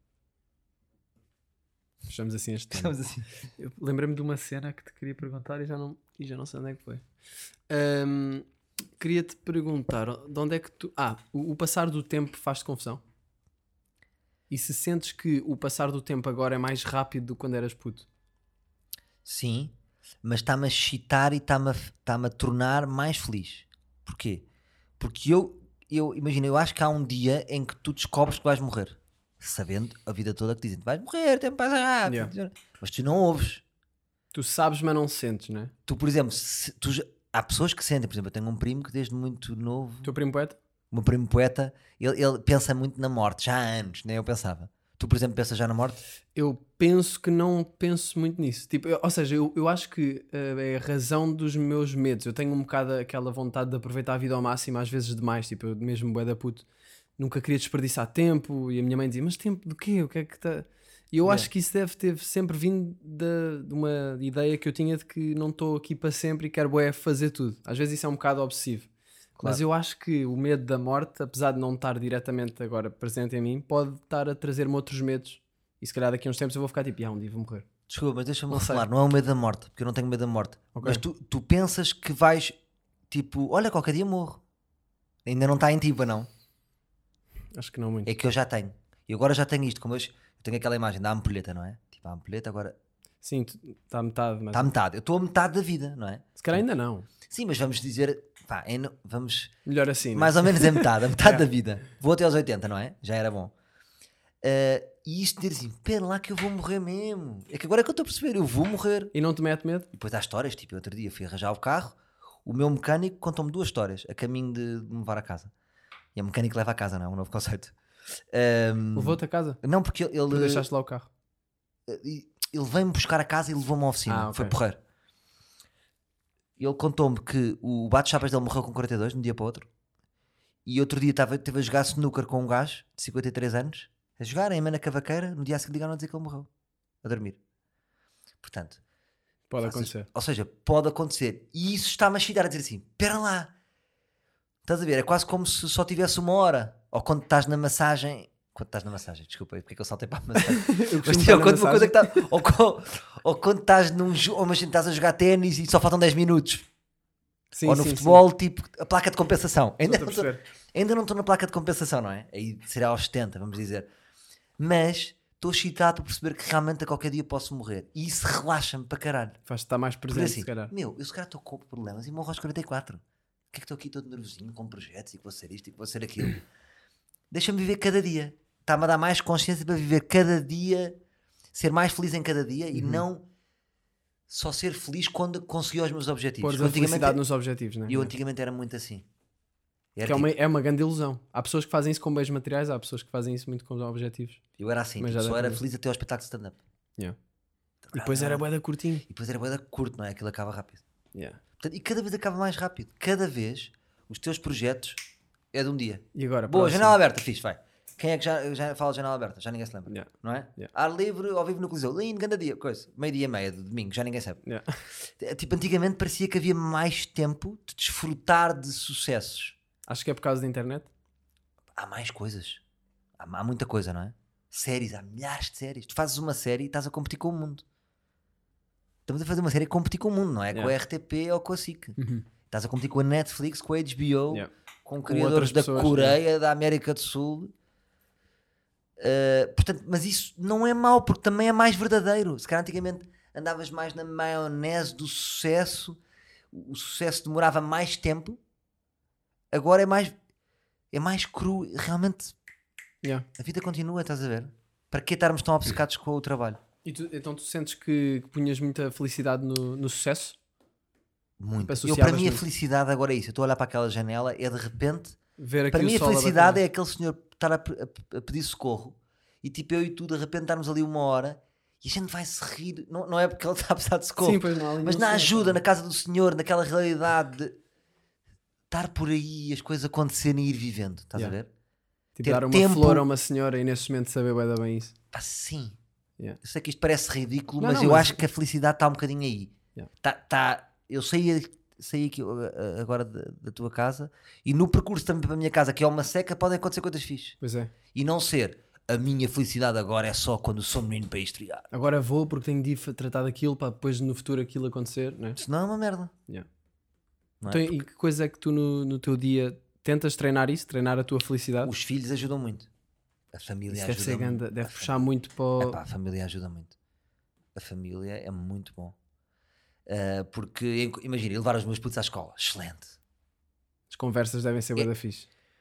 Fechamos assim este tema. Assim. Eu lembrei-me de uma cena que te queria perguntar e já não, e já não sei onde é que foi. Um, queria-te perguntar de onde é que tu... Ah, o, o passar do tempo faz-te confusão? E se sentes que o passar do tempo agora é mais rápido do que quando eras puto? Sim, mas está-me a excitar e está-me a, está-me a tornar mais feliz. Porquê? Porque eu eu imagino, eu acho que há um dia em que tu descobres que vais morrer, sabendo a vida toda que dizem vais morrer, tempo passa rápido, yeah. Mas tu não ouves. Tu sabes, mas não sentes, não é? Tu, por exemplo, se, tu, há pessoas que sentem, por exemplo, eu tenho um primo que desde muito novo. Teu primo poeta? O meu primo poeta, ele, ele pensa muito na morte, já há anos, nem eu pensava. Tu, por exemplo, pensas já na morte? Eu penso que não penso muito nisso. Tipo, eu, ou seja, eu, eu acho que uh, é a razão dos meus medos. Eu tenho um bocado aquela vontade de aproveitar a vida ao máximo, às vezes demais. Tipo, eu mesmo bué da puto, nunca queria desperdiçar tempo. E a minha mãe dizia, mas tempo do quê? O que é que está... E eu yeah. acho que isso deve ter sempre vindo de, de uma ideia que eu tinha de que não estou aqui para sempre e quero bué fazer tudo. Às vezes isso é um bocado obsessivo. Claro. Mas eu acho que o medo da morte, apesar de não estar diretamente agora presente em mim, pode estar a trazer-me outros medos. E se calhar daqui a uns tempos eu vou ficar tipo, ah, um dia vou morrer. Desculpa, mas deixa-me falar, não é o medo da morte, porque eu não tenho medo da morte. Okay. Mas tu, tu pensas que vais, tipo, olha, qualquer dia morro. Ainda não está em ti, não? Acho que não muito. É que eu já tenho. E agora já tenho isto, como eu, eu tenho aquela imagem da ampulheta, não é? Tipo, a ampulheta agora... Sim, está a metade. Mas... Está a metade. Eu estou a metade da vida, não é? Se calhar ainda não. Sim, mas vamos dizer... Pá, é no, vamos... Melhor assim, mais né? ou menos é metade, a metade yeah. da vida. Vou até aos oitenta, não é? Já era bom. Uh, e isto de dizer assim, pera lá que eu vou morrer mesmo. É que agora é que eu estou a perceber, eu vou morrer. E não te mete medo? E depois há histórias, tipo, outro dia fui arranjar o carro, o meu mecânico contou-me duas histórias a caminho de, de me levar a casa. E a mecânico leva a casa, não é? Um novo conceito. Um, Levou-te a casa? Não, porque ele... Tu deixaste lá o carro? Ele veio-me buscar a casa e levou-me à oficina. Ah, okay. Foi porreiro. Ele contou-me que o bate-chapas dele morreu com quarenta e dois, de um dia para o outro. E outro dia estava, esteve a jogar snooker com um gajo de cinquenta e três anos, a jogar em na cavaqueira, no dia a seguir ligaram a dizer que ele morreu, a dormir. Portanto, pode faças, acontecer. Ou seja, pode acontecer. E isso está-me a chitar a dizer assim, espera lá. Estás a ver? É quase como se só tivesse uma hora. Ou quando estás na massagem... Quando estás na massagem, desculpa, porque é que eu saltei para a massagem? Mas, ou, quando uma coisa que tá, ou, ou quando estás num jogo, ou imagina, estás a jogar ténis e só faltam dez minutos. Sim, ou no sim, futebol, sim. Tipo, a placa de compensação. Ainda não, tô, ainda não estou na placa de compensação, não é? Aí será aos setenta, vamos dizer. Mas estou excitado por perceber que realmente a qualquer dia posso morrer. E isso relaxa-me para caralho. Faz-te estar mais presente, assim, se calhar. Meu, eu se calhar estou com problemas e morro aos quarenta e quatro. Porquê é que estou aqui todo nervosinho com projetos e que vou ser isto e que vou ser aquilo? Deixa-me viver cada dia. Está-me a dar mais consciência para viver cada dia, ser mais feliz em cada dia, uhum. E não só ser feliz quando consegui os meus objetivos. Pôr a felicidade nos objetivos, não é? E eu antigamente era muito assim. Era que tipo... é, uma, é uma grande ilusão. Há pessoas que fazem isso com bens materiais, há pessoas que fazem isso muito com os objetivos. Eu era assim, tipo, só era fazer. Feliz até ao espetáculo de stand-up. Yeah. E depois era bué da curtinho. E depois era bué da curto, não é? Aquilo acaba rápido. Yeah. Portanto, e cada vez acaba mais rápido. Cada vez os teus projetos é de um dia. E agora? Boa, próximo. Janela aberta, fixe, vai. Quem é que já, já fala de janela aberta? Já ninguém se lembra, yeah. Não é? Yeah. Ar livre, ao vivo no Coliseu, lindo, grande dia, coisa, meio-dia e meia de domingo, já ninguém sabe. Yeah. Tipo, antigamente parecia que havia mais tempo de desfrutar de sucessos. Acho que é por causa da internet. Há mais coisas, há, há muita coisa, não é? Séries, há milhares de séries. Tu fazes uma série e estás a competir com o mundo. Estamos a fazer uma série a competir com o mundo, não é? Yeah. Com a R T P ou com a S I C. Uhum. Estás a competir com a Netflix, com a H B O, yeah. Com, com criadores da pessoas, Coreia, yeah. Da América do Sul. Uh, portanto, mas isso não é mau, porque também é mais verdadeiro. Se calhar antigamente andavas mais na maionese do sucesso, o sucesso demorava mais tempo, agora é mais é mais cru, realmente. Yeah. A vida continua, estás a ver? Para que estarmos tão obcecados com o trabalho? E tu, então tu sentes que, que punhas muita felicidade no, no sucesso? Muito. Eu, para mim a felicidade agora é isso, eu estou a olhar para aquela janela, é de repente ver para mim a felicidade é aquele senhor estar a, a, a pedir socorro e tipo eu e tu de repente estarmos ali uma hora e a gente vai se rir, não, não é porque ele está a precisar de socorro. Sim, pois não, mas na ajuda, na casa do senhor, naquela realidade de estar por aí e as coisas acontecerem e ir vivendo, estás yeah. a ver? Tipo, ter dar uma tempo... flor a uma senhora e nesse momento saber bem, bem isso. Pá, sim. Yeah. Eu sei que isto parece ridículo, não, mas não, eu mas... acho que a felicidade está um bocadinho aí. Yeah. Tá, tá, eu saí, saí aqui agora da, da tua casa e no percurso também para a minha casa, que é uma seca, podem acontecer coisas fixes. Pois é. E não ser a minha felicidade agora é só quando sou menino para estrear. Agora vou porque tenho de tratar daquilo para depois no futuro aquilo acontecer, não é? Senão é uma merda. Yeah. Não então, é? E que coisa é que tu no, no teu dia tentas treinar isso? Treinar a tua felicidade? Os filhos ajudam muito. A família isso ajuda deve ser muito. Ganda, deve a puxar família. muito para o... Epá, a família ajuda muito. A família é muito bom. Uh, porque, imagina, levar os meus putos à escola. Excelente. As conversas devem ser bem é, da fixe.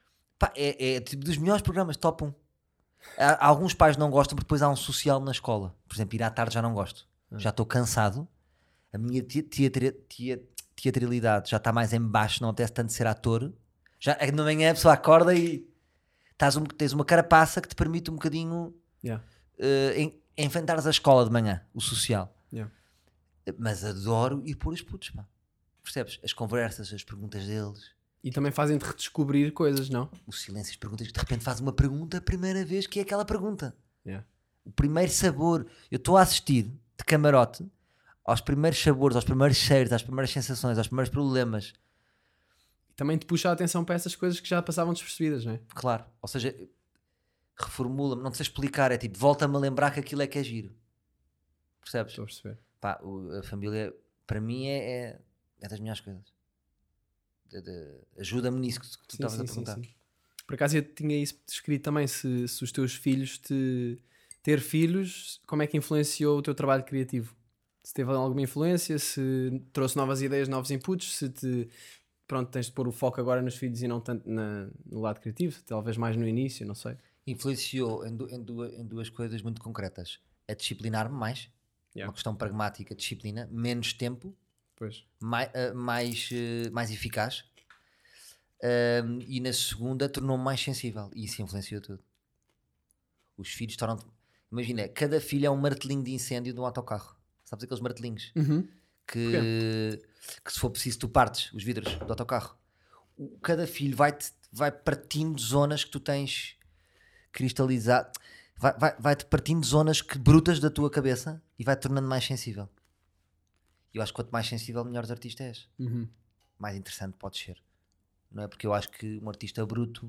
Pá, é, é tipo dos melhores programas, top um. Há, alguns pais não gostam porque depois há um social na escola. Por exemplo, ir à tarde já não gosto. Ah. Já estou cansado. A minha teatri, teatri, teatralidade já está mais em baixo, não apetece tanto ser ator. Já, é que de manhã a pessoa acorda e estás um, tens uma carapaça que te permite um bocadinho yeah. uh, em, enfrentares a escola de manhã, o social. Yeah. Mas adoro ir pôr os putos, pá. Percebes? As conversas, as perguntas deles. E também fazem-te redescobrir coisas, não? O silêncio, as perguntas, que de repente faz uma pergunta a primeira vez, que é aquela pergunta. Yeah. O primeiro sabor. Eu estou a assistir de camarote aos primeiros sabores, aos primeiros cheiros, às primeiras sensações, aos primeiros problemas. E também te puxa a atenção para essas coisas que já passavam despercebidas, não é? Claro. Ou seja, reformula-me, não sei explicar, é tipo, volta-me a lembrar que aquilo é que é giro. Percebes? Estou a perceber. Pá, o, a família, para mim, é, é, é das melhores coisas. Ajuda-me nisso que tu estavas a perguntar. Sim, sim. Por acaso eu tinha isso escrito também, se, se os teus filhos te... ter filhos, como é que influenciou o teu trabalho criativo? Se teve alguma influência, se trouxe novas ideias, novos inputs, se te, pronto, tens de pôr o foco agora nos filhos e não tanto na, no lado criativo, talvez mais no início, não sei. Influenciou em, du, em, duas, em duas coisas muito concretas. A disciplinar-me mais, yeah. Uma questão pragmática, disciplina, menos tempo, pois. Mais, uh, mais, uh, mais eficaz, uh, e na segunda tornou-me mais sensível, e isso influenciou tudo. Os filhos tornam-te... Imagina, cada filho é um martelinho de incêndio de um autocarro. Sabes aqueles martelinhos? Uhum. Que, que se for preciso tu partes os vidros do autocarro. Cada filho vai-te vai partindo de zonas que tu tens cristalizado, vai, vai, vai-te partindo de zonas que, brutas da tua cabeça, e vai-te tornando mais sensível. Eu acho que quanto mais sensível, melhores artista és. Uhum. Mais interessante podes ser. Não é? Porque eu acho que um artista bruto,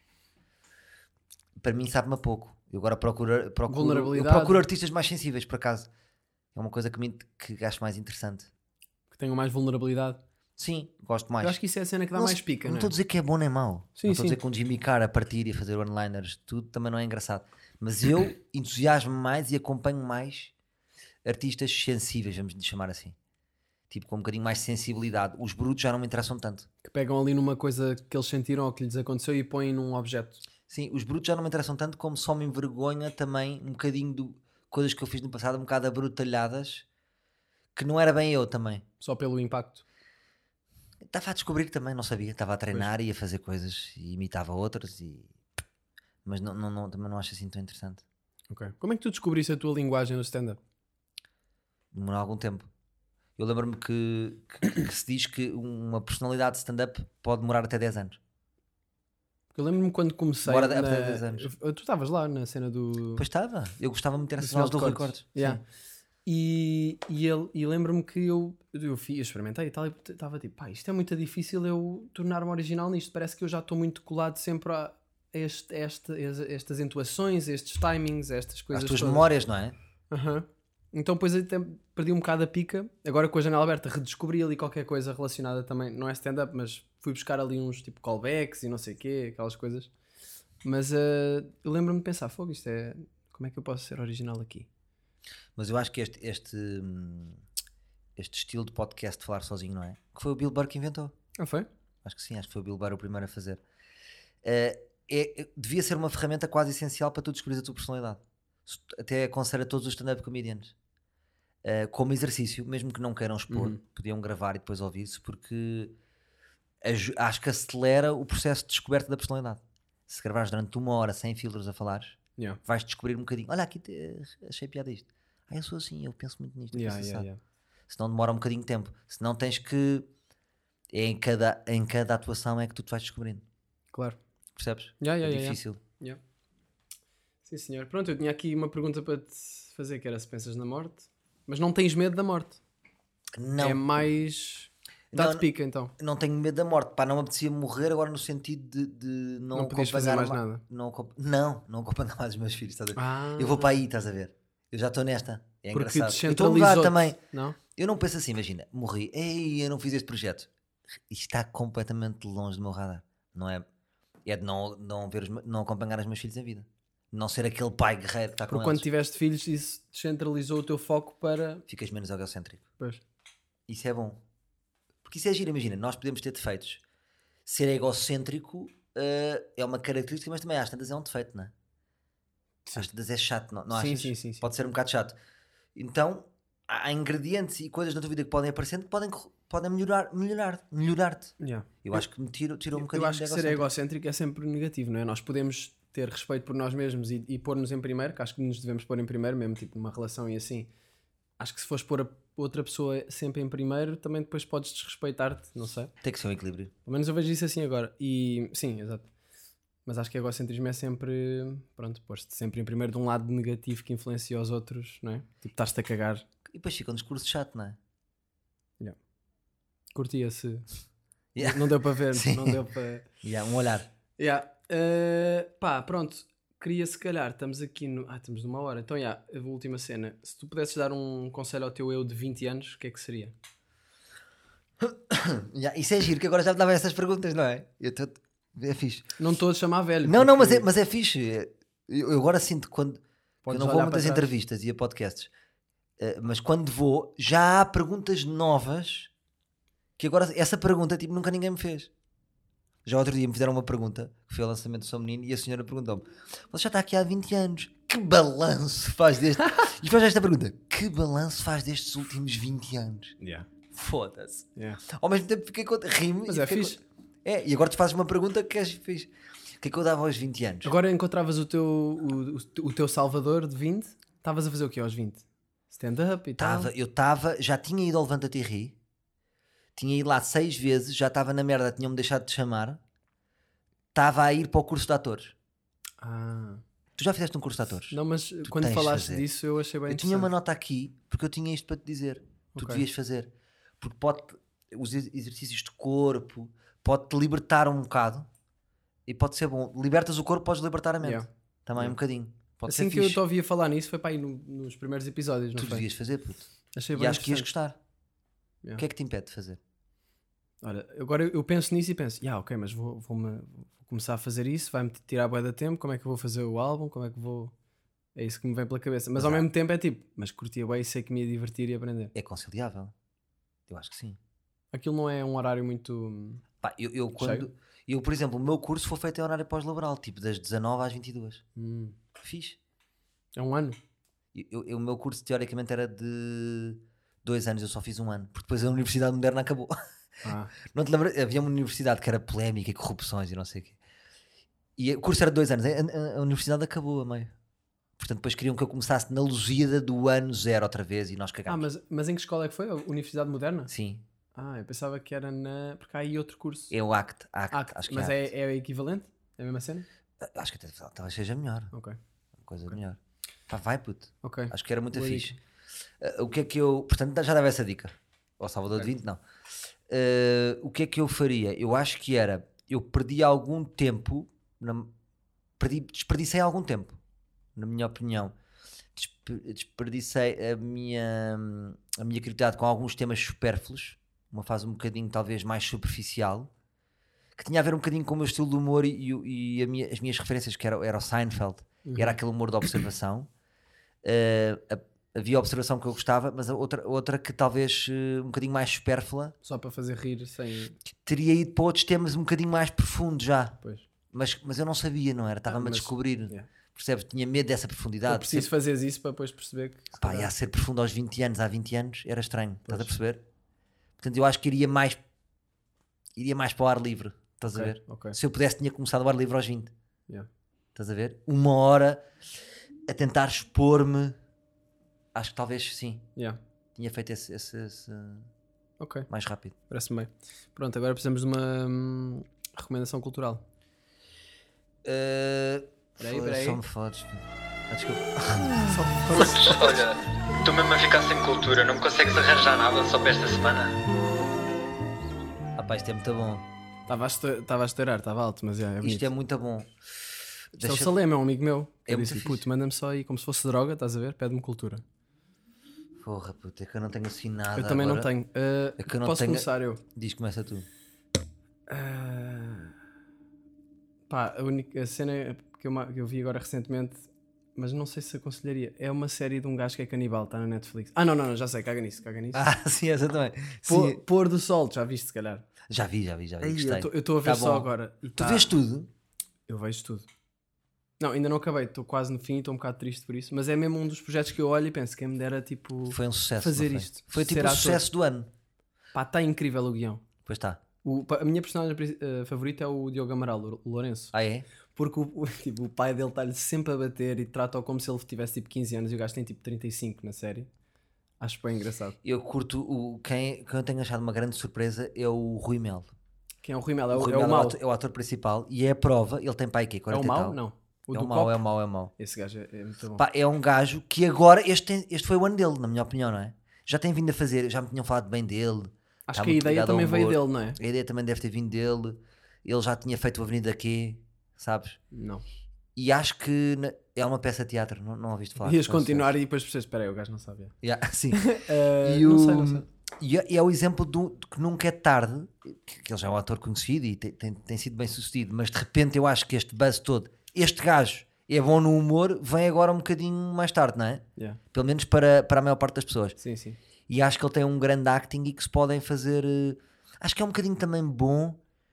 para mim, sabe-me a pouco. Eu agora procuro, procuro, eu procuro artistas mais sensíveis, por acaso. É uma coisa que, me, que acho mais interessante. Que tenham mais vulnerabilidade. Sim, gosto mais. Eu acho que isso é a cena que dá não, mais pica, não estou a dizer que é bom nem mau. Sim, não estou a dizer sim. que um Jimmy Carr a partir e a fazer one-liners, tudo também não é engraçado. Mas eu entusiasmo mais e acompanho mais artistas sensíveis, vamos chamar assim. Tipo, com um bocadinho mais de sensibilidade. Os brutos já não me interessam tanto. Que pegam ali numa coisa que eles sentiram ou que lhes aconteceu e põem num objeto. Sim, os brutos já não me interessam tanto, como só me envergonha também um bocadinho de coisas que eu fiz no passado, um bocado abrutalhadas, que não era bem eu também. Só pelo impacto. Estava a descobrir que também não sabia. Estava a treinar pois. E a fazer coisas e imitava outras, e... mas não, não, não, também não acho assim tão interessante. Okay. Como é que tu descobriste a tua linguagem no stand-up? Demorou algum tempo. Eu lembro-me que, que, que se diz que uma personalidade de stand-up pode demorar até dez anos. Eu lembro-me quando comecei. Demora na... até dez anos. Tu estavas lá na cena do. Pois estava. Eu gostava muito dessa cena do recordes. Yeah. E, e, ele, e lembro-me que eu, eu, eu experimentei e tal, e estava tipo, pá, isto é muito difícil eu tornar-me original nisto. Parece que eu já estou muito colado sempre a este, este, estas entoações, estes timings, estas coisas. As tuas todas. memórias, não é? Aham. Uhum. Então depois até perdi um bocado a pica. Agora com a janela aberta redescobri ali qualquer coisa relacionada também, não é stand-up, mas fui buscar ali uns tipo callbacks e não sei o quê, aquelas coisas. Mas uh, eu lembro-me de pensar, fogo, isto é... Como é que eu posso ser original aqui? Mas eu acho que este, este, este estilo de podcast de falar sozinho, não é? Que foi o Bill Burr que inventou. Ah, foi? Acho que sim, acho que foi o Bill Burr o primeiro a fazer. Uh, é, devia ser uma ferramenta quase essencial para tu descobrir a tua personalidade. Até aconselho a todos os stand-up comedians. Uh, como exercício, mesmo que não queiram expor, uhum. Podiam gravar e depois ouvir-se, porque acho que acelera o processo de descoberta da personalidade. Se gravares durante uma hora sem filtros a falares, yeah. Vais descobrir um bocadinho. Olha, aqui te, achei piada isto. Ah, eu sou assim, eu penso muito nisto. Yeah, yeah, yeah. Senão demora um bocadinho de tempo. Senão tens que... É em, cada, em cada atuação é que tu te vais descobrindo. Claro. Percebes? Yeah, yeah, é difícil. Yeah. Yeah. Sim, senhor. Pronto, eu tinha aqui uma pergunta para te fazer, que era se pensas na morte. Mas não tens medo da morte? Não. É mais... Dá-te pica, então. Não tenho medo da morte. Pá, não me apetecia morrer agora no sentido de, de não, não podias fazer mais uma... nada. Não, não, não acompanhar mais os meus filhos, estás a ver? Ah. Eu vou para aí, estás a ver? Eu já estou nesta. É porque engraçado. Eu estou a mudar também. Não? Eu não penso assim, imagina, morri, ei, eu não fiz este projeto. Isto está completamente longe do meu radar. Não é? É de não, não, ver os, não acompanhar os meus filhos em vida. Não ser aquele pai guerreiro que está com porque eles. Quando tiveste filhos, isso descentralizou o teu foco para... Ficas menos egocêntrico. Pois. Isso é bom. Porque isso é giro, imagina, nós podemos ter defeitos. Ser egocêntrico uh, é uma característica, mas também às tantas é um defeito, não é? Sim. Às tantas é chato, não, não sim, achas? Sim, sim, sim. Pode ser um bocado chato. Então, há ingredientes e coisas na tua vida que podem aparecendo que podem, podem melhorar, melhorar, melhorar-te. Yeah. Eu, eu acho que me tirou, tirou um bocadinho. Eu acho que ser egocêntrico é sempre negativo, não é? Nós podemos ter respeito por nós mesmos e, e pôr-nos em primeiro, que acho que nos devemos pôr em primeiro, mesmo tipo numa relação e assim. Acho que se fores pôr a outra pessoa sempre em primeiro, também depois podes desrespeitar-te, não sei. Tem que ser um equilíbrio. Pelo menos eu vejo isso assim agora. E sim, exato. Mas acho que egocentrismo é sempre, pronto, pôs-te sempre em primeiro de um lado negativo que influencia os outros, não é? Tipo, estás-te a cagar. E depois fica um discurso chato, não é? Yeah. Curtia-se. Yeah. Não deu para ver, não deu para... Yeah, um olhar. Yeah. Uh, pá, pronto. Queria se calhar, estamos aqui no... Ah, estamos numa hora. Então, já, yeah, a última cena. Se tu pudesses dar um conselho ao teu eu de vinte anos, o que é que seria? Yeah, isso é giro, que agora já me dava essas perguntas, não é? Eu tô... É fixe. Não estou a chamar velho. Não, não, mas é, mas é fixe. Eu, eu agora sinto quando... Eu não vou a muitas trás. entrevistas e a podcasts, uh, mas quando vou, já há perguntas novas que agora... Essa pergunta, tipo, nunca ninguém me fez. Já outro dia me fizeram uma pergunta, que foi o lançamento do Sou Menino, e a senhora perguntou-me: você já está aqui há vinte anos, que balanço faz deste... E faz esta pergunta: que balanço faz destes últimos vinte anos? Yeah. Foda-se. Yeah. Ao mesmo tempo fiquei com rimo. Mas é fixe. Com... É, e agora tu fazes uma pergunta que és fixe. O que é que eu dava aos vinte anos? Agora encontravas o teu, o, o, o teu salvador de vinte, estavas a fazer o quê aos vinte? Stand-up e tal? Tava, eu estava, já tinha ido ao Levanta-te e Ri. Tinha ido lá seis vezes, já estava na merda, tinham-me deixado de chamar. Estava a ir para o curso de atores. Ah. Tu já fizeste um curso de atores? Não, mas tu quando falaste disso eu achei bem Eu tinha uma nota aqui, porque eu tinha isto para te dizer. Tu okay. devias fazer. Porque pode os exercícios de corpo, pode-te libertar um bocado e pode ser bom. Libertas o corpo, podes libertar a mente. Yeah. Também yeah. um bocadinho. Pode assim ser que fixe. eu te ouvia falar nisso foi para aí no, nos primeiros episódios. Não tu foi? devias fazer, puto. Achei e bem acho que ias gostar. Yeah. O que é que te impede de fazer? Olha, agora eu penso nisso e penso, yeah, ok, mas vou, vou, vou começar a fazer isso, vai-me tirar bué de tempo, como é que eu vou fazer o álbum, como é que vou... É isso que me vem pela cabeça. Mas, mas ao há... mesmo tempo é tipo, mas curtia bem e sei que me ia divertir e aprender. É conciliável? Eu acho que sim. Aquilo não é um horário muito... Pá, eu, eu quando... Eu, por exemplo, o meu curso foi feito em horário pós-laboral, tipo das dezanove às vinte e duas. Hum. Fixe. É um ano? Eu, eu, o meu curso teoricamente era de dois anos, eu só fiz um ano, porque depois a Universidade Moderna acabou. Ah. Não te lembras? Havia uma universidade que era polémica e corrupções e não sei o quê. E o curso era de dois anos, a, a, a universidade acabou a meio. Portanto, depois queriam que eu começasse na Lusíada do ano zero outra vez e nós cagámos. Ah, mas, mas em que escola é que foi? A Universidade Moderna? Sim. Ah, eu pensava que era na... Porque há aí outro curso. É o A C T. A C T, A C T. acho que mas é, é, é equivalente? É a mesma cena? Acho que até talvez seja melhor. Ok. Uma coisa okay. melhor. Pá, vai, puto. Ok. Acho que era muito fixe. Uh, o que é que eu... Portanto, já dava essa dica. Ao Salvador okay. de vinte, não. Uh, o que é que eu faria? Eu acho que era... Eu perdi algum tempo... Na, perdi, desperdicei algum tempo. Na minha opinião. Desperdicei a minha, a minha criatividade com alguns temas supérfluos. Uma fase um bocadinho, talvez, mais superficial. Que tinha a ver um bocadinho com o meu estilo de humor e, e a minha, as minhas referências, que era, era o Seinfeld. Uhum. Era aquele humor de observação. Uh, a, havia a observação que eu gostava, mas a outra, outra que talvez uh, um bocadinho mais supérflua. Só para fazer rir sem... Teria ido para outros temas um bocadinho mais profundos já. Pois. Mas, mas eu não sabia, não era? Estava-me ah, mas... a descobrir. Yeah. Percebes? Tinha medo dessa profundidade. Eu preciso fazer isso para depois perceber que... Pá, ia ser profundo aos vinte anos, há vinte anos, era estranho. Pois. Estás a perceber? Portanto, eu acho que iria mais... Iria mais para o ar livre. Estás okay, a ver? Okay. Se eu pudesse, tinha começado o ar livre aos vinte. Yeah. Estás a ver? Uma hora a tentar expor-me. Acho que talvez sim. Yeah. Tinha feito esse, esse, esse... Okay. mais rápido. Parece-me bem. Pronto, agora precisamos de uma hum, recomendação cultural. Uh... Peraí, peraí. Só me fodes. Ah, desculpa. Só me fodes. Olha, estou mesmo a ficar sem cultura. Não me consegues arranjar nada só para esta semana? Ah pá, isto é muito bom. Estava a, a estourar, estava alto, mas é, é isto é muito bom. Isto Deixa... é o Salema, é um amigo meu. É eu disse, puto, manda-me só aí como se fosse droga, estás a ver? Pede-me cultura. Porra, puto, é que eu não tenho assim nada. Eu também agora. não tenho. Uh, é que eu não posso tenho... começar eu? Diz, começa tu. Uh... Pá, a única cena que eu, que eu vi agora recentemente mas não sei se aconselharia. É uma série de um gajo que é canibal, está na Netflix. Ah, não, não, não já sei, caga nisso, caga nisso. Ah, sim, essa também. Pôr, Sim. Pôr do Sol, já viste, se calhar. Já vi, já vi, já vi. Ei, Gostei. eu estou a ver Tá só bom. agora. E Tu tá... vês tudo? Eu vejo tudo. Não, ainda não acabei, estou quase no fim e estou um bocado triste por isso. Mas é mesmo um dos projetos que eu olho e penso, quem me dera tipo Foi um sucesso. fazer foi? isto. Foi tipo ser o ator. sucesso do ano. Pá, está incrível o guião. Pois está. O, a minha personagem uh, favorita é o Diogo Amaral, o Lourenço. Ah, é? Porque o, o, tipo, o pai dele está-lhe sempre a bater e trata-o como se ele tivesse tipo quinze anos e o gajo tem tipo trinta e cinco na série. Acho bem engraçado. Eu curto, o, quem, quem eu tenho achado uma grande surpresa é o Rui Melo. Quem é o Rui Melo? É o, o, Rui é o Melo mau. é o ator, é o ator principal e é a prova, ele tem pai aqui, É quarenta o e mau? tal. Não. O É do o mau, copo? é o mau, é o mau. Esse gajo é, é muito bom. Pá, é um gajo que agora, este, tem- este foi o ano dele, na minha opinião, não é? Já tem vindo a fazer, já me tinham falado bem dele. Acho Está que a muito ideia ligado ao também veio humor. dele, não é? A ideia também deve ter vindo dele. Ele já tinha feito o Avenida Q, sabes? Não. E acho que na- é uma peça de teatro, não, não ouviste falar. Ias Não sei. continuar e depois percebes, espera aí, o gajo não sabia. Yeah, sim. Uh, E não o- sei, não sei. E é, e é o exemplo do, de que nunca é tarde, que, que ele já é um ator conhecido e tem, tem, tem sido bem sucedido, mas de repente eu acho que este buzz todo, este gajo é bom no humor, vem agora um bocadinho mais tarde, não é? Yeah. Pelo menos para, para a maior parte das pessoas. Sim, sim. E acho que ele tem um grande acting e que se podem fazer. eh, acho que é um bocadinho também bom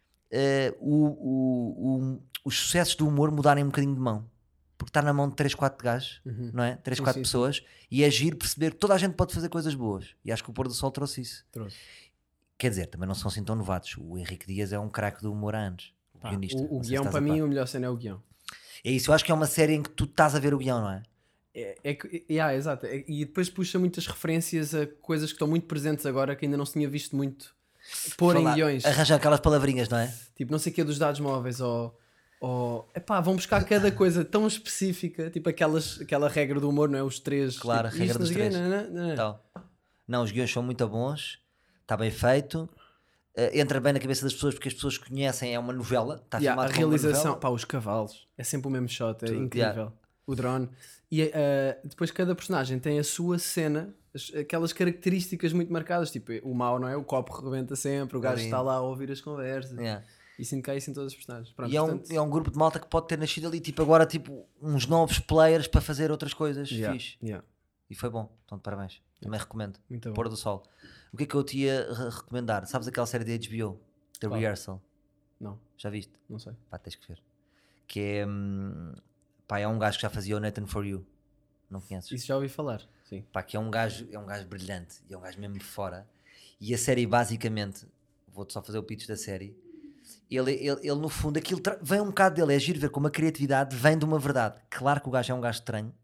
eh, o, o, o- os sucessos do humor mudarem um bocadinho de mão. Porque está na mão de três, quatro gajos, Uhum. não é? três, Sim, quatro sim, pessoas, e é giro perceber que toda a gente pode fazer coisas boas. E acho que o Pôr do Sol trouxe isso. Trouxe. Quer dizer, também não são assim tão novatos. O Henrique Dias é um craque do humor há anos. O, Pá, guionista. o, o Não sei se guião estás para a mim, par. o melhor cena é o guião. É isso, eu acho que é uma série em que tu estás a ver o guião, não é? É, é que, yeah, exato. É- e depois puxa muitas referências a coisas que estão muito presentes agora que ainda não se tinha visto muito pôr em Falar- guiões. Arranjar aquelas palavrinhas, não é? Tipo, não sei o que é dos dados móveis ou. ou epá, vão buscar cada coisa tão específica, tipo aquelas, aquela regra do humor, não é? Os três. Claro, tipo, a regra isto, dos não sei o quê, três. não, não, não. Então, não, os guiões são muito bons, está bem feito, eh, entra bem na cabeça das pessoas porque as pessoas conhecem, é uma novela, está Yeah, a filmado como uma realização, novela. pá, os cavalos, é sempre o mesmo shot, é Tudo, incrível. yeah. O drone. E eh, depois cada personagem tem a sua cena, as- aquelas características muito marcadas, tipo o mau, não é? O copo rebenta sempre, o gajo lindo. está lá a ouvir as conversas. Yeah. E sinto que há isso em todos os personagens. Pronto, E é um, portanto, é um grupo de malta que pode ter nascido ali, tipo agora, tipo uns novos players para fazer outras coisas yeah, fixe. yeah, E foi bom, então de parabéns. Também recomendo. muito bom. Pôr do Sol. O que é que eu te ia re- recomendar? Sabes aquela série de H B O? The Qual? Rehearsal? Não, Já viste? não sei. Pá, tens que ver. Que é. hum, pá, é um gajo que já fazia o Nathan For You. Não conheces? Isso já ouvi falar, sim. Pá, que é um gajo, é um gajo brilhante e é um gajo mesmo de fora. E a série basicamente, vou-te só fazer o pitch da série. Ele, ele, ele no fundo, aquilo tra- vem um bocado dele, é giro ver como a criatividade vem de uma verdade. Claro que o gajo é um gajo estranho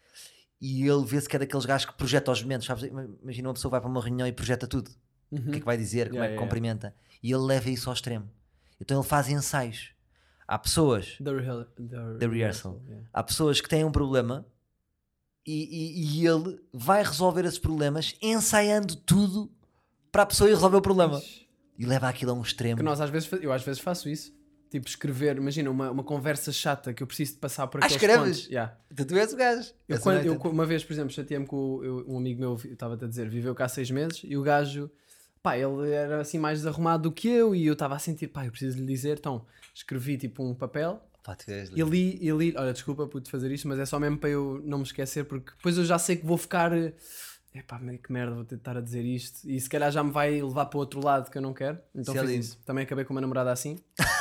e ele vê-se que é daqueles gajos que projeta os momentos, sabes? Imagina uma pessoa vai para uma reunião e projeta tudo. O que é que vai dizer, como Yeah, é que yeah, cumprimenta. E ele leva isso ao extremo. Então ele faz ensaios. Há pessoas, The, real, the, The Rehearsal. yeah. há pessoas que têm um problema e, e- e ele vai resolver esses problemas ensaiando tudo para a pessoa ir resolver o problema. E leva aquilo a um extremo. Que nós às vezes, fa- eu às vezes faço isso. Tipo, escrever, imagina, uma, uma conversa chata que eu preciso de passar por Ah, aqueles escreves? pontos. Yeah. Então tu és o gajo. Eu, És o quando, eu, Nathan. uma vez, por exemplo, chateei-me com o- eu- um amigo meu, eu estava-te a dizer, viveu cá seis meses e o gajo, pá, ele era assim mais desarrumado do que eu e eu estava a sentir, pá, eu preciso lhe dizer, então escrevi tipo um papel Pá, tu és e li, e li, olha, desculpa por te fazer isto, mas é só mesmo para eu não me esquecer, porque depois eu já sei que vou ficar, é pá, que merda, vou tentar a dizer isto e se calhar já me vai levar para o outro lado que eu não quero, então Isso é fiz lindo. isso. Também acabei com uma namorada assim.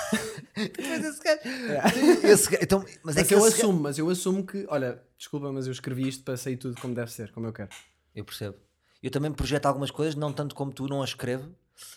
Mas esse gajo. Esse gajo- então, mas é Mas que eu esse gajo- assumo, mas eu assumo que, olha, desculpa, mas eu escrevi isto para sair tudo como deve ser, como eu quero. Eu percebo. Eu também projeto algumas coisas, não tanto como tu, não as escrevo,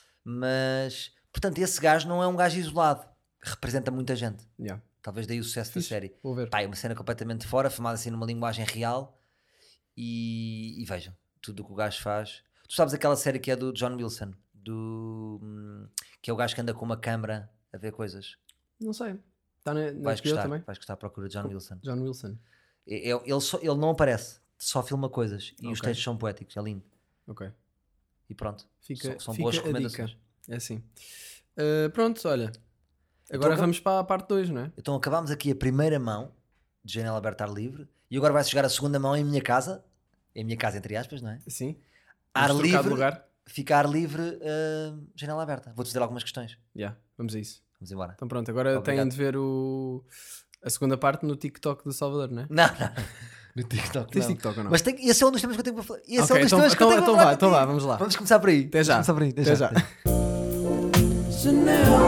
mas portanto, esse gajo não é um gajo isolado, representa muita gente. Yeah. Talvez daí o sucesso Fixe. da série. Vou ver. Pá, é uma cena completamente fora, filmada assim numa linguagem real. E, e vejam, tudo o que o gajo faz. Tu sabes aquela série que é do John Wilson, do, hum, que é o gajo que anda com uma câmara a ver coisas. Não sei. Está na, na Vais H B O gostar, também? vais gostar à procura de John Wilson. John Wilson. É- é- Ele, só- ele não aparece, só filma coisas e os Ok. textos são poéticos, é lindo. Ok. E pronto, Fica, são, são fica boas a recomendações. dica. É assim. Uh, pronto, olha. Agora Então, vamos para a parte dois, não é? Então acabámos aqui a primeira mão de Janela Aberta ar livre e agora vai chegar a segunda mão em minha casa, em minha casa entre aspas, não é? Sim. Ar Vamos trocar de livre, lugar? ficar livre, uh, janela aberta. Vou-te fazer algumas questões. Yeah, vamos a isso. Vamos embora. Então pronto, agora Obrigado. têm de ver o, A segunda parte no TikTok do Salvador, não é? Não, não. No TikTok, Tens não. TikTok ou não? Mas tem, esse é um dos temas que eu tenho para falar. Esse Ok, é um dos então, temas que então, eu tenho então para vá, falar. então vá, vamos lá. Vamos começar por aí. Até já. Vamos começar por aí. Até, Até já. já. Até já. Chanel.